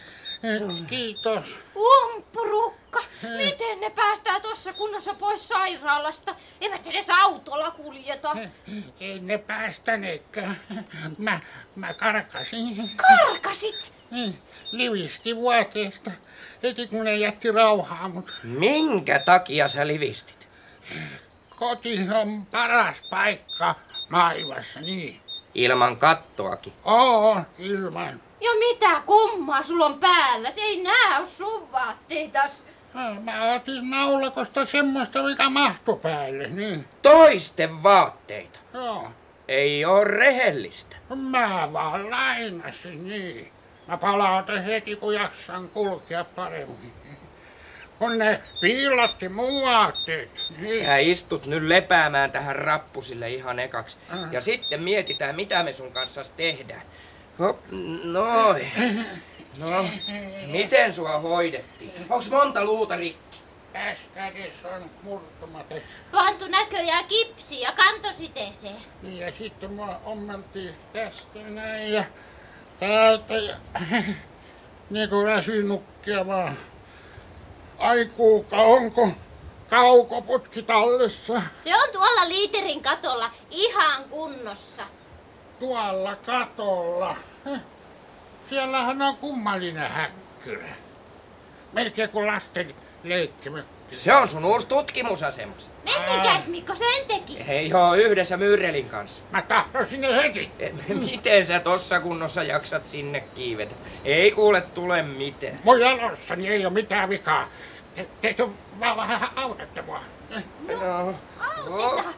E: Kiitos.
B: Umppurukka, miten ne päästää tossa kunnossa pois sairaalasta? Eivät edes autolla kuljeta.
E: Ei ne päästäneekään. Mä, mä karkasin.
B: Karkasit?
E: Livisti vuoteesta. Heti kun ne jätti rauhaa mut.
C: Minkä takia sä livistit?
E: Koti on paras paikka maailmassa, niin.
C: Ilman kattoakin.
E: Oo, ilman.
B: Ja mitä kummaa sulla on päällä? Se ei näy sun vaatteitas.
E: Mä otin naulakosta semmoista, mikä mahtui päälle, niin.
C: Toisten vaatteita?
E: Joo.
C: Ei oo rehellistä.
E: Mä vaan lainasin, niin. Mä palautan heti, kun jaksan kulkea paremmin. Kun ne piilotti mun vaatteet. Niin.
C: Sä istut nyt lepäämään tähän rappusille ihan ekaksi. Äh. Ja sitten mietitään, mitä me sun kanssa tehdään. Hop, noin. No, miten sua hoidettiin? Onks monta luuta rikki?
E: Tässä kädessä on murtumates.
B: Pantu näköjään kipsi ja kantositeeseen.
E: Niin ja sitten mua ommeltiin tästä näin ja täältä ja niin kuin väsynukkia vaan. Ai kuuka, onko kaukoputki tallessa?
B: Se on tuolla liiterin katolla ihan kunnossa.
E: Tuolla katolla? Siellähän on kummallinen häkkyrä. Melkein kuin lasten leikkimökki.
C: Se on sun uusi tutkimusasemas.
B: Menninkäis Mikko sen teki?
C: Hei joo, yhdessä Myyrelin kanssa.
E: Mä tahdon sinne heti.
C: Miten sä tossa kunnossa jaksat sinne kiivetä? Ei kuule tule mitään.
E: Mun jalossani ei oo mitään vikaa. Te, te, te vaan vähän autatte mua.
C: No,
B: autetaan.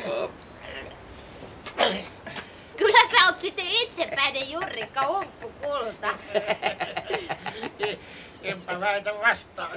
B: Kyllä sä oot sitten itsepäinen Jurrikka Umppukulta.
E: Enpä väitä vastaan.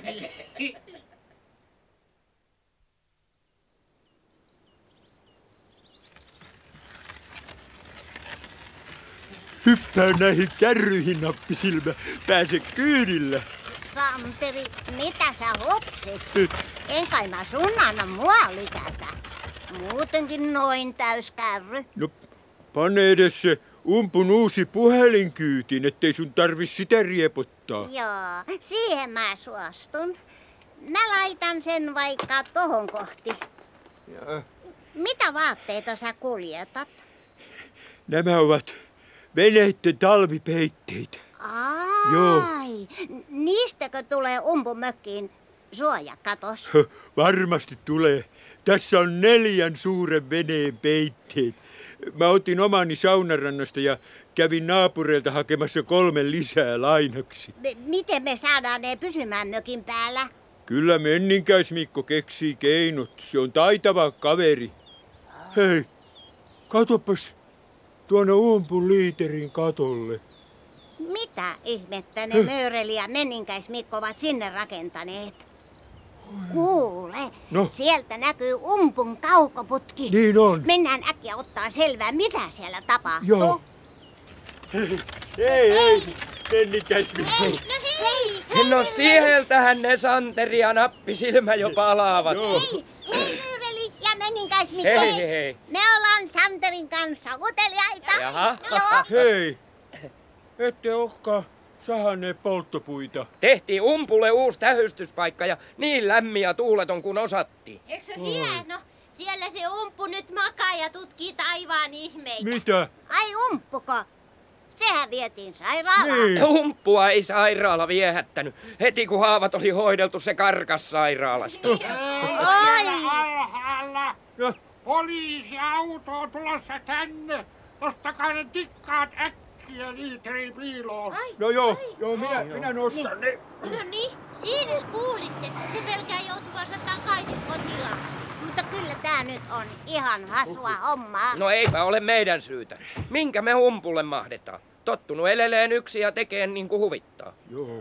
D: Hyppää näihin kärryihin, nappisilmä. Pääse kyydillä.
A: Santeri, mitä sä hupsit? En kai mä sun anna mua likätä. Muutenkin noin täyskärry.
D: No, pane edes se umpun uusi puhelinkyytin, ettei sun tarvis sitä riepottaa.
A: Joo, siihen mä suostun. Mä laitan sen vaikka tohon kohti.
D: Ja.
A: Mitä vaatteita sä kuljetat?
D: Nämä ovat veneitten talvipeitteitä.
A: Ai,
D: Joo.
A: niistäkö tulee umpumökkiin suojakatos?
D: Varmasti tulee. Tässä on neljän suuren veneen peitteet. Mä otin omani saunarannasta ja kävin naapureilta hakemassa kolme lisää lainaksi.
A: M- miten me saadaan ne pysymään mökin päällä?
D: Kyllä Menninkäis Mikko keksii keinot. Se on taitava kaveri. Hei, katopas tuonne umpun liiterin katolle.
A: Mitä ihmettä ne Mööreli ja Menninkäis Mikko ovat sinne rakentaneet? Kuule,
D: No.
A: sieltä näkyy umpun kaukoputki.
D: Niin on.
A: Mennään äkkiä ottaa selvää, mitä siellä tapahtuu.
D: Joo. Hei, hei, Pennikäismi.
B: No hei!
C: No sieltähän ne Santeri ja Nappisilmä jo palaavat.
D: Joo.
A: Hei Myyreli ja Menninkäismi.
C: Hei, hei, hei.
A: Me ollaan Santerin kanssa uteliaita.
C: Jaha.
A: Joo.
D: Hei, ette olekaan sahanneet polttopuita.
C: Tehtiin umpulle uusi tähystyspaikka ja niin lämmin ja tuuleton kuin osattiin.
B: Eikö se ole hieno? Siellä se umppu nyt makaa ja tutkii taivaan ihmeitä.
D: Mitä?
A: Ai umppuko? Sehän vietiin sairaalaan.
D: Niin.
C: Umppua ei sairaala viehättänyt. Heti kun haavat oli hoideltu, se karkas sairaalasta.
A: Oi!
E: Alhaalla!
D: No.
E: Poliisiauto on tulossa tänne! Ostakaa ne tikkaat äkkiä liiteri piiloon!
D: No joo, joo, minä, minä nostan ne.
B: No niin, siinä kuulitte. Se pelkää joutuvansa takaisin potilaaksi.
A: Mutta kyllä tää nyt on ihan hasua hommaa.
C: No eipä ole meidän syytä. Minkä me umpulle mahdetaan? Tottunut eleleen yksi ja tekee niin kuin huvittaa.
D: Joo.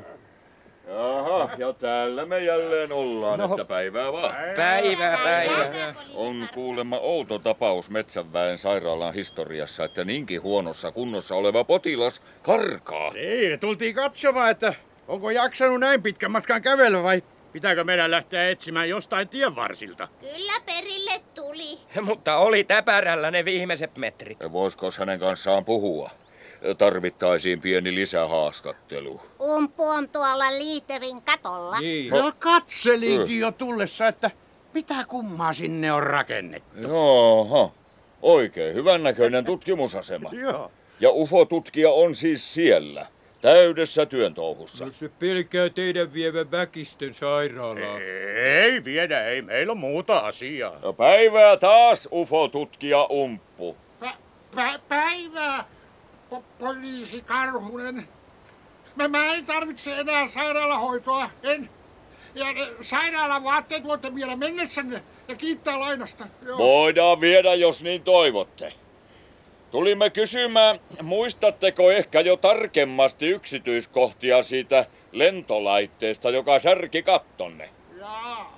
K: Jaha, ja täällä me jälleen ollaan,
C: No.
K: että päivää vaan.
C: Päivää, päivää.
K: On kuulemma outo tapaus Metsänväen sairaalan historiassa, että niinkin huonossa kunnossa oleva potilas karkaa.
I: Niin, tultiin katsomaan, että onko jaksanut näin pitkän matkan kävellä vai pitääkö meidän lähteä etsimään jostain tien varsilta?
B: Kyllä perille tuli.
C: Mutta oli täpärällä ne viimeiset metrit.
K: Voisiko hänen kanssaan puhua? Tarvittaisiin pieni lisähaastattelu.
A: Umppu on tuolla liiterin katolla.
D: Niin.
I: No katselinkin jo tullessa, että mitä kummaa sinne on rakennettu.
K: Jaha, oikein hyvän näköinen tutkimusasema.
I: Joo.
K: Ja U F O-tutkija on siis siellä, täydessä työntouhussa.
D: No se pelkää teidän vievän väkisten sairaalaan.
I: Ei viedä, ei. Meillä on muuta asiaa.
K: Ja päivää taas U F O-tutkija Umppu.
E: Pä- pä- päivää, po- poliisi Karhunen. Mä, mä en tarvitse enää sairaalahoitoa, en. Ja ne sairaalan vaatteet voitte viedä mennessänne ja kiittää lainasta. Joo.
K: Voidaan viedä, jos niin toivotte. Tulimme kysymään, muistatteko ehkä jo tarkemmasti yksityiskohtia siitä lentolaitteesta, joka särki kattonne?
E: Jaa.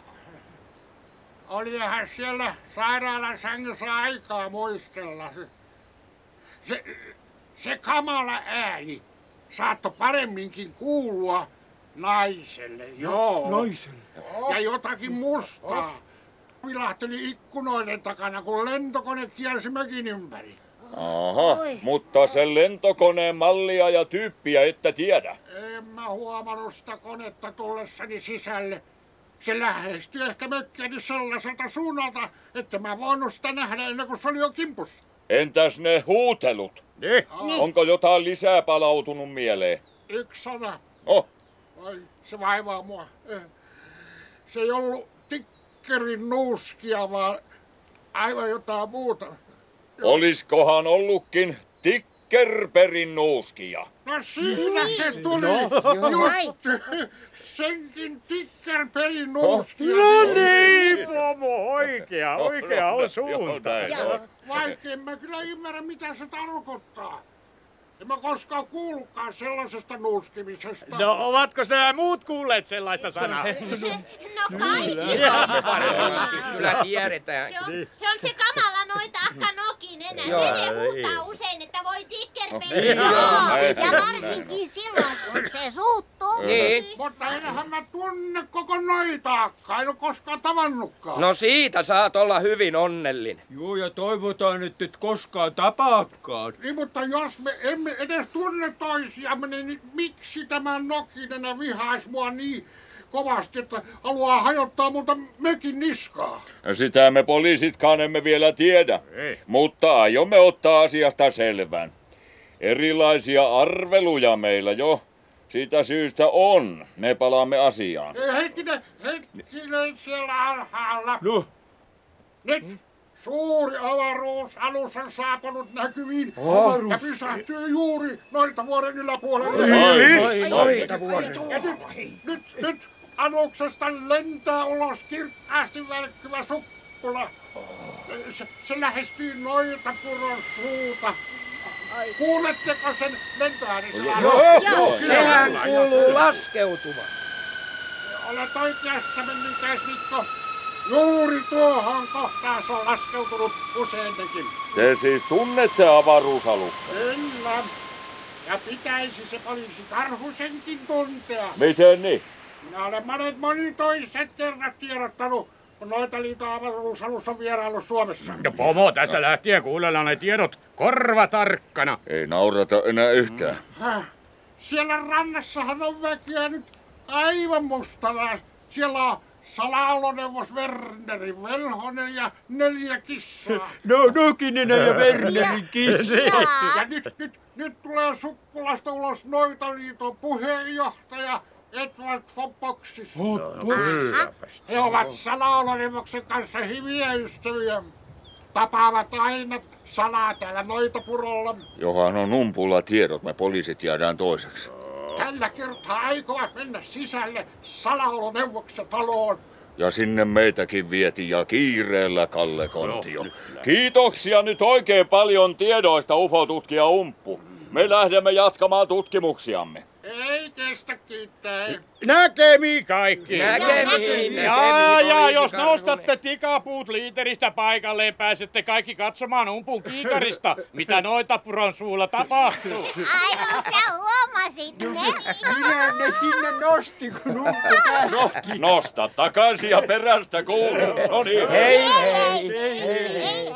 E: Olihan siellä sairaalan sängyssä aikaa muistella. Se, se, se kamala ääni saattoi paremminkin kuulua naiselle. Joo.
D: Naiselle.
E: Ja jotakin mustaa. Vilahteli ikkunoiden takana, kun lentokone kiersi mökin ympäri.
K: Aha, mutta sen lentokoneen mallia ja tyyppiä ette tiedä.
E: En mä huomannut sitä konetta tullessani sisälle. Se lähestyi ehkä mökkiäni sellaiselta suunnalta, että mä voinut sitä nähdä ennen kuin se oli jo kimpussa.
K: Entäs ne huutelut?
I: Niin.
K: Onko jotain lisää palautunut mieleen?
E: Yksi sana.
K: Oh,
E: Vai, se vaivaa mua. Eh. Se ei ollut tikkerin nuuskia, vaan aivan jotain muuta.
K: oliskohan ollutkin Tikkerperin nuuskia?
E: No siinä se tuli.
K: No,
E: Just senkin Tikkerperin nuuskia.
I: No niin, Pomo, oikea, oikea on suunta.
E: Vaikka en mä kyllä ymmärrä, mitä se tarkoittaa. En mä koskaan kuullutkaan sellaisesta nuuskimisesta.
I: No, ovatko nämä muut kuulleet sellaista sanaa?
B: No kaikki.
C: Varmasti, kyllä tiedetään.
B: Se on, se on se kamala noita akka nokinenä. Se, se huutaa usein, että voi tikkerpeli.
A: Joo, ja varsinkin silloin, kun se suuttuu.
C: Niin.
E: Mutta enhän mä tunne koko noitaakkaa, en ole koskaan tavannutkaan.
C: No siitä saat olla hyvin onnellinen.
D: Joo, ja toivotaan, että et koskaan tapaakaan.
E: Niin, mutta jos me emme edes tunne toisiamme, niin miksi tämä nokinenä vihaisi mua niin kovasti, että haluaa hajottaa multa mökin niskaa?
K: Sitä me poliisitkaan emme vielä tiedä,
I: Ei.
K: mutta aiomme ottaa asiasta selvän. Erilaisia arveluja meillä jo siitä syystä on. Me palaamme asiaan.
E: Ei, hetkinen, hetkinen siellä alhaalla.
D: No,
E: Nyt suuri avaruusalus on saapunut näkyviin
D: Avaruus?
E: ja pysähtyy juuri noita vuoren yläpuolelle.
K: Ai,
C: Noita vuosia.
E: Ja nyt, nyt, nyt aluksesta lentää ulos kirkkaasti välkkyvä sukkula. Se, se lähestyy noita puron suuta. Kuuletteko sen lentoääni?
C: Joo, sehän kuuluu laskeutumaan.
E: Olet oikeassa, menninkäis Mikko. Juuri tuohon kohtaan se on laskeutunut useinkin.
K: Te siis tunnette avaruusaluksen?
E: Kyllä. Ja pitäisi se poliisi Karhusenkin tuntea.
K: Miten niin?
E: Minä olen monet monitoiset kerrat tiedottanut, kun Noitaliiton avaruusalus on vieraillut Suomessa.
I: Ja pomo, tästä lähtien kuunnellaan ne tiedot korva tarkkana.
K: Ei naurata enää yhtään.
E: Häh? Siellä rannassahan on väkeä nyt aivan mustana. Siellä on salaoloneuvos Werneri Velhonen ja neljä kissaa.
D: No, Nokinen ja Wernerin kissa.
E: Ja nyt, nyt, nyt tulee Sukkulasta ulos Noitaliiton puheenjohtaja Edward von Boxis. He ovat salaoloneuvoksen kanssa hyviä ystäviä. Tapaavat aina salaa täällä Noitapurolla.
K: Johan on umpulla tiedot, me poliisit jäädään toiseksi.
E: Tällä kertaa aikovat mennä sisälle salaoloneuvoksen taloon.
K: Ja sinne meitäkin vietiin ja kiireellä, Kalle Kontio. Kiitoksia nyt oikein paljon tiedoista, U F O-tutkija Umppu. Me lähdemme jatkamaan tutkimuksiamme.
E: Ei kestä kiittää.
I: Näkemiin kaikki.
C: Näkemiin.
I: Ja, ja jos nostatte tikapuut liiteristä paikalleen, pääsette kaikki katsomaan Umpun kiikarista, mitä Noitapuron suulla tapahtuu.
B: Ai, sä huomasit ne.
D: Minä ne sinne nosti, kun Umppu käski.
K: No, nosta takaisin ja perästä kuuluu. No niin.
C: Hei, hei.
B: Hei, hei.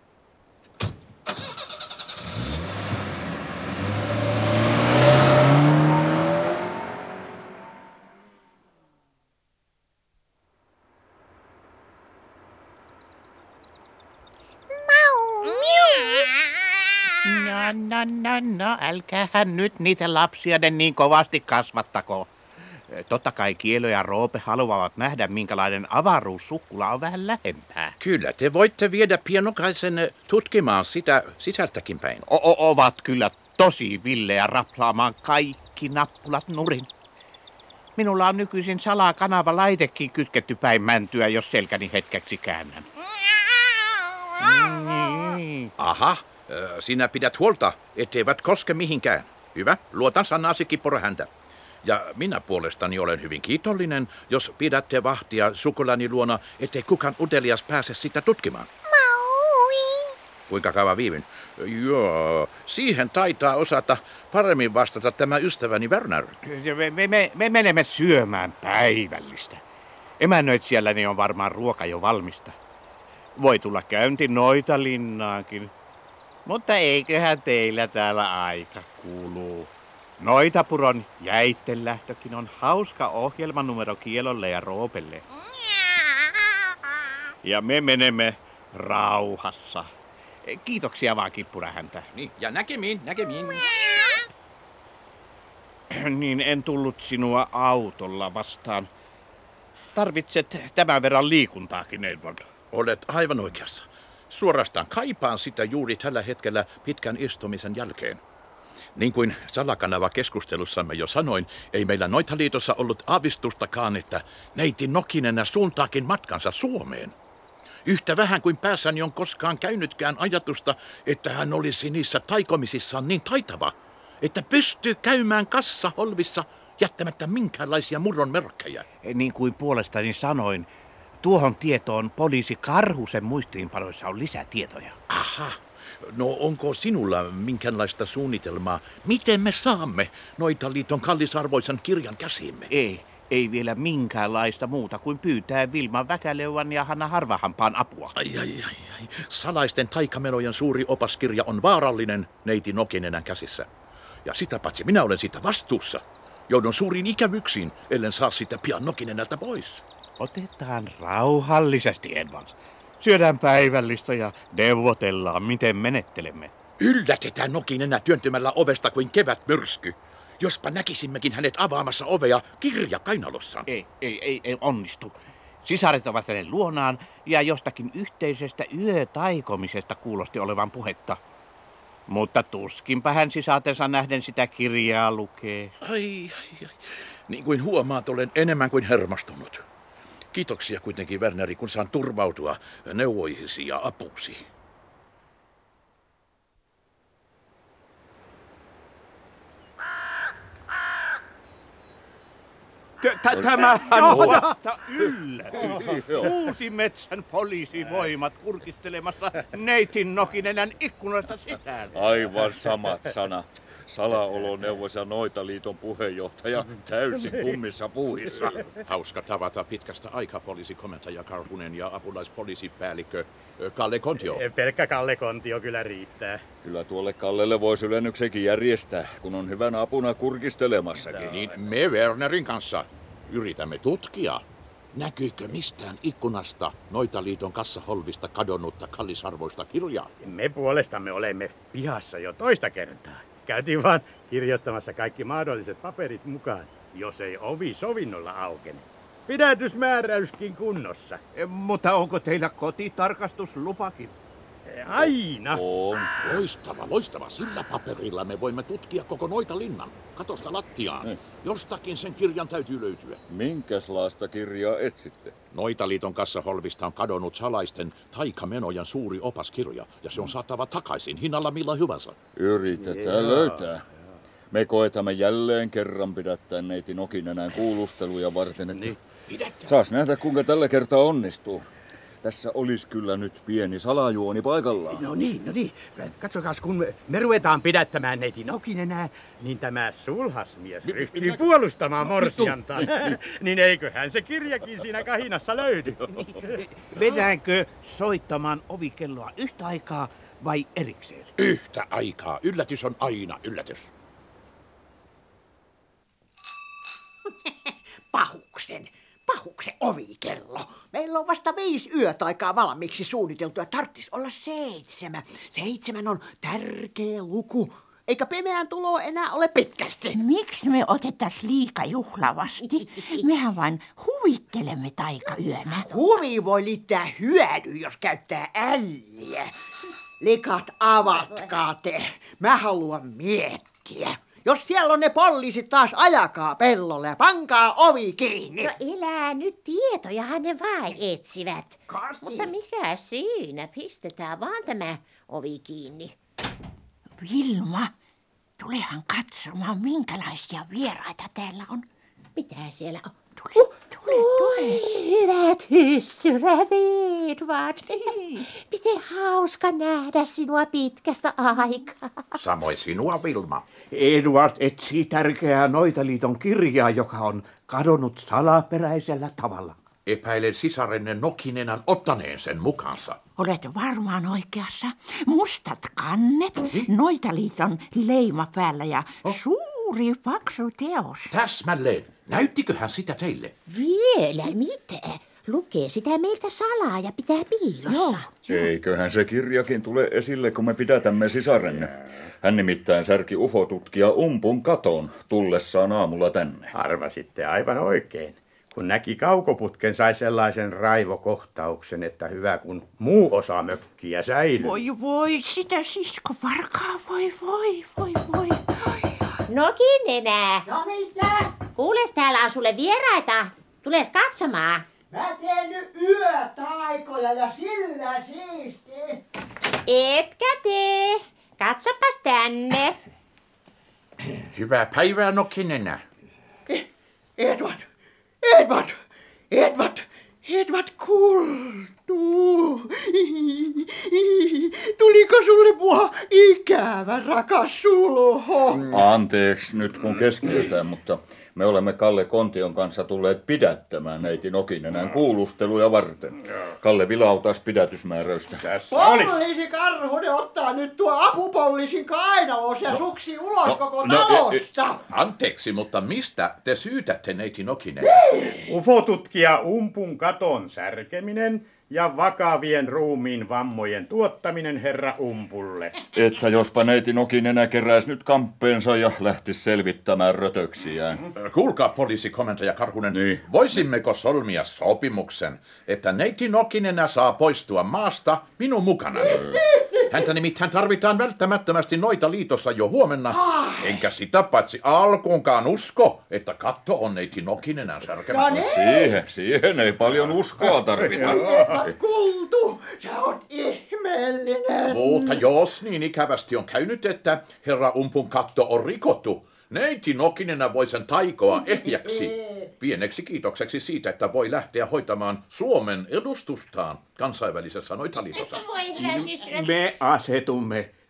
H: No, no, no, no, älkäähän nyt niitä lapsia niin kovasti kasvattako. Totta kai Kielo ja Roope haluavat nähdä, minkälainen avaruus Sukkula on vähän lähempää.
L: Kyllä, te voitte viedä pienokaisen tutkimaan sitä sisältäkin päin.
H: O- ovat kyllä tosi villejä raplaamaan kaikki nappulat nurin. Minulla on nykyisin salakanava laitekin kytketty päin mäntyä, jos selkäni hetkeksi käännän. Niin.
L: Aha, sinä pidät huolta, etteivät koske mihinkään. Hyvä, luotan sanasi Kippurahäntä. Ja minä puolestani olen hyvin kiitollinen, jos pidätte vahtia sukulani luona, ettei kukaan utelias pääse sitä tutkimaan.
B: Maui.
L: Kuinka kauan viivyn? Joo, siihen taitaa osata paremmin vastata tämä ystäväni Werner.
H: Me, me, me, me menemme syömään päivällistä. Emännöitsijälläni on varmaan ruoka jo valmista. Voi tulla käynti Noitalinnaakin. Mutta eiköhän teillä täällä aika kuluu. Noitapuron jäittenlähtökin on hauska ohjelmanumero Kielolle ja Roopelle. Ja me menemme rauhassa. Kiitoksia vaan, Kippurahäntä.
L: Niin, ja näkemiin, näkemiin.
H: Niin en tullut sinua autolla vastaan. Tarvitset tämän verran liikuntaakin, Edward.
L: Olet aivan oikeassa. Suorastaan kaipaan sitä juuri tällä hetkellä pitkän istumisen jälkeen. Niin kuin salakanava keskustelussamme jo sanoin, ei meillä Noitaliitossa ollut aavistustakaan, että neiti Nokinen suuntaakin matkansa Suomeen. Yhtä vähän kuin päässäni on koskaan käynytkään ajatusta, että hän olisi niissä taikomisissaan niin taitava, että pystyy käymään kassaholvissa jättämättä minkäänlaisia murron merkkejä.
H: Niin kuin puolestani sanoin, tuohon tietoon poliisi Karhusen muistiinpanoissa on lisätietoja.
L: Aha. No onko sinulla minkäänlaista suunnitelmaa, miten me saamme Noitaliiton kallisarvoisen kirjan käsiimme?
H: Ei, ei vielä minkäänlaista muuta kuin pyytää Vilma Väkäleuan ja Hanna Harvahampaan apua.
L: Ai, ai, ai, ai. Salaisten taikamenojen suuri opaskirja on vaarallinen neiti Nokinenän käsissä. Ja sitä paitsi minä olen siitä vastuussa. Joudun suuriin ikävyksiin, ellen saa sitä pian Nokinenältä pois.
H: Otetaan rauhallisesti, Edward. Syödään päivällistä ja neuvotellaan, miten menettelemme.
L: Yllätetään Nokinenä työntymällä ovesta kuin kevätmyrsky. Jospa näkisimmekin hänet avaamassa ovea kirja kainalossaan.
H: Ei, ei, ei, ei onnistu. Sisaret ovat hänen luonaan ja jostakin yhteisestä yötaikomisesta kuulosti olevan puhetta. Mutta tuskinpä hän sisatensa nähden sitä kirjaa lukee.
L: Ai, ai, ai. Niin kuin huomaat, olen enemmän kuin hermostunut. Kiitoksia kuitenkin, Werneri, kun saan turvautua neuvoihisi ja apusi.
H: Tämähän on vasta yllätys. Uusi metsän poliisivoimat kurkistelemassa neitin Nokinenän ikkunoista sisään.
K: Aivan samat sanat. Salaoloneuvos ja Noitaliiton puheenjohtaja täysin kummissa puuhissa.
L: Hauska tavata pitkästä aikaa poliisikomentaja Karhunen ja apulaispoliisipäällikkö Kalle Kontio.
I: Pelkkä Kalle Kontio kyllä riittää.
K: Kyllä tuolle Kallelle voisi ylennyksenkin järjestää, kun on hyvän apuna kurkistelemassakin.
L: Niin me Wernerin kanssa yritämme tutkia. Näkyykö mistään ikkunasta Noitaliiton kassaholvista kadonnutta kallisarvoista kirjaa?
I: Me puolestamme olemme pihassa jo toista kertaa. Käytiin vaan kirjoittamassa kaikki mahdolliset paperit mukaan, jos ei ovi sovinnolla aukene. Pidätysmääräyskin kunnossa.
H: E, mutta onko teillä kotitarkastuslupakin?
I: Aina.
K: On.
L: Loistava, loistava. Sillä paperilla me voimme tutkia koko Noitalinnan. Katosta lattiaan. Ne. Jostakin sen kirjan täytyy löytyä.
K: Minkälaista kirjaa etsitte?
L: Noitaliiton kassaholvista on kadonnut salaisten taikamenojen suuri opaskirja, ja se on saatava takaisin hinnalla millä hyvänsä.
K: Yritetään Jaa. löytää. Me koetamme jälleen kerran pidättää neiti Nokinenään kuulusteluja varten, että
L: niin.
K: saas nähdä kuinka tällä kertaa onnistuu. Tässä olisi kyllä nyt pieni salajuoni paikallaan.
I: No niin, no niin. Katsokaas, kun me ruvetaan pidättämään neiti Nokinenää, niin tämä sulhasmies ryhtyy puolustamaan morsianta. Niin eiköhän se kirjakin siinä kahinassa löydy.
H: Vedäänkö soittamaan ovikelloa yhtä aikaa vai erikseen?
L: Yhtä aikaa. Yllätys on aina yllätys.
F: Pahuksen. Pahuksen ovikello. Meillä on vasta viisi yötaikaa valmiiksi suunniteltu ja tarttis olla seitsemän. Seitsemän on tärkeä luku, eikä pimeän tulo enää ole pitkästi.
G: Miksi me otettais liika juhlavasti? Mehän vain huvittelemme taikayönä.
F: Huvi voi liittää hyödy, jos käyttää älliä. Likat, avatkaa te. Mä haluan miettiä. Jos siellä on ne poliisit taas, ajakaa pellolle ja pankaa ovi kiinni.
A: No elää nyt, tietojahan ne vain etsivät.
F: Kati.
A: Mutta mikä siinä? Pistetään vaan tämä ovi kiinni.
G: Vilma, tulehan katsomaan, minkälaisia vieraita täällä on.
A: Mitä siellä on?
G: Tule, tule, tule.
A: Hyvät hyssyrät, Edward. Miten hauska nähdä sinua pitkästä aikaa.
L: Samoin sinua, Vilma.
H: Edward etsii tärkeää Noitaliiton kirjaa, joka on kadonnut salaperäisellä tavalla.
L: Epäilen sisarenne Nokinenan ottaneen sen mukaansa.
G: Olet varmaan oikeassa. Mustat kannet, Noitaliiton leima päällä ja oh. suuri paksu teos.
L: Täsmälleen. Näyttiköhän sitä teille?
A: Vielä mitä? Lukee sitä meiltä salaa ja pitää piilossa.
K: Joo. Eiköhän se kirjakin tule esille, kun me pidätämme sisarenne. Hän nimittäin särki ufotutkija Umpun katon tullessaan aamulla tänne.
I: Arvasitte aivan oikein. Kun näki kaukoputken, sai sellaisen raivokohtauksen, että hyvä kun muu osa mökkiä säilyi.
G: Voi voi, sitä sisko varkaa, voi voi, voi voi.
A: Nokinenä.
F: No mitä?
A: Kuules, täällä on sulle vieraita. Tules katsomaan.
F: Mä teen nyt yötaikoja ja sillä siisti.
A: Etkä tee. Katsopas tänne.
L: Hyvää päivää, Nokinenä.
F: Edward, Edward, Edward, Edward kultuu. Tuliko sulle mua ikävä, rakas sulho?
K: Anteeksi nyt kun keskeytään, mutta me olemme Kalle Kontion kanssa tulleet pidättämään neiti Nokinenään kuulusteluja varten. Kalle vilautas pidätysmääräystä.
F: Poliisi Karhunen ottaa nyt tuo apupoliisin kainalos ja no, suksi ulos no, koko no, talosta.
L: E, e, anteeksi, mutta mistä te syytätte neiti Nokinen?
I: Ufotutkija Umpun katon särkeminen ja vakavien ruumiin vammojen tuottaminen herra Umpulle.
K: Että jospa neiti Nokinenä keräisi nyt kamppeensa ja lähtisi selvittämään rötöksiään.
L: Kuulkaa poliisikomentaja Karhunen,
K: niin.
L: Voisimmeko solmia sopimuksen, että neiti Nokinenä saa poistua maasta minun mukana? Häntä nimittäin tarvitaan välttämättömästi Noitaliitossa jo huomenna. Enkä sitä paitsi alkuunkaan usko, että katto on neiti Nokinenän särkemässä.
K: No siihen, siihen ei paljon uskoa tarvita.
F: Kultu, sä oot ihmeellinen.
L: Mutta jos niin ikävästi on käynyt, että herra Umpun katto on rikottu, neiti Nokinenä voi sen taikoa ehjäksi. Pieneksi kiitokseksi siitä, että voi lähteä hoitamaan Suomen edustustaan kansainvälisessä Noitaliitossa.
H: Me asetumme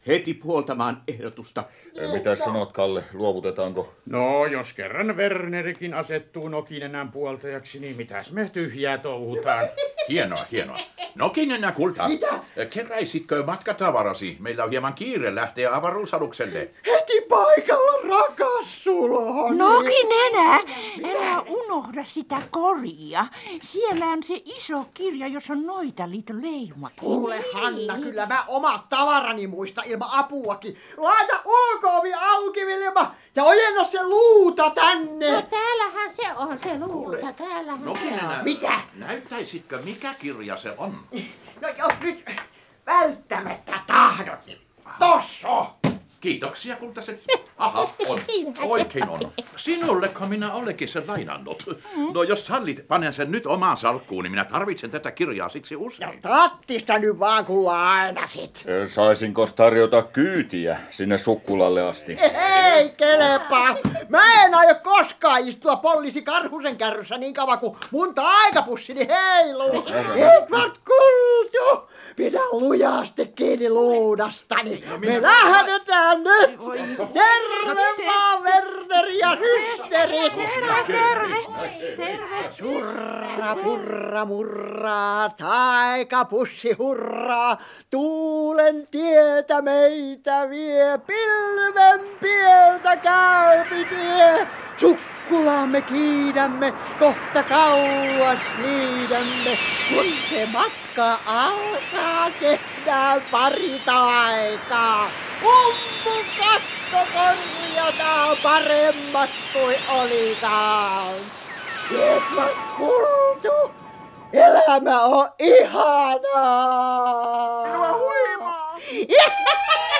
H: heti puoltamaan ehdotusta.
K: Mitä sanot, Kalle? Luovutetaanko?
I: No, jos kerran Wernerikin asettuu Nokinenän puoltajaksi, niin mitäs me tyhjää touhutaan?
L: Hienoa, hienoa. Nokinenä, kulta.
F: Mitä?
L: Keräisitkö matkatavarasi? Meillä on hieman kiire lähteä avaruusalukselle.
F: Heti paikalla, rakas Sulohoni.
G: Nokinenä, älä unohda sitä koria. Siellä on se iso kirja, jossa on Noitaliiton leimakin.
F: Kuule Hanna, kyllä mä omat tavarani muista ilman apuakin. Laita ulko-ovi auki, Vilma, ja ojenna se luuta tänne.
A: No täällähän se on se luuta, täällähän
L: Nokinenä,
A: se on.
F: Mitä?
L: Näyttäisitkö, mikä kirja se on?
F: No jos nyt välttämättä tahdot, niin tossa.
L: Kiitoksia, kultaset. Aha, on.
A: Siinähän se
L: Oikein on. Sinulleko minä olenkin sen lainannut? No jos sallit, panen sen nyt omaan salkkuun, niin minä tarvitsen tätä kirjaa siksi usein.
F: Tattista nyt vaan kun lainasit.
K: Saisinko tarjota kyytiä sinne Sukkulalle asti?
F: Ei kelepaa. Mä en aio koskaan istua Polliisi Karhusen kärryssä niin kauan kuin mun taikapussini heiluu. Edward Kultu, pidä lujasti kiinni luudastani. Me lähdetään nyt. Terve vaan Werner ja systerit.
G: Terve, terve, terve.
F: Surra, purra, murraa, taikapussi hurraa, tuulen tietä meitä vie, pilven pieltä käypi tie. Sukkulaamme kiidämme, kohta kauas liidämme, kun se matka alkaa, tehdään pari taikaa. Umpu katto korjataan paremmaksi kuin olikaan. Edward Kultu, elämä on ihanaa! Minua huimaa!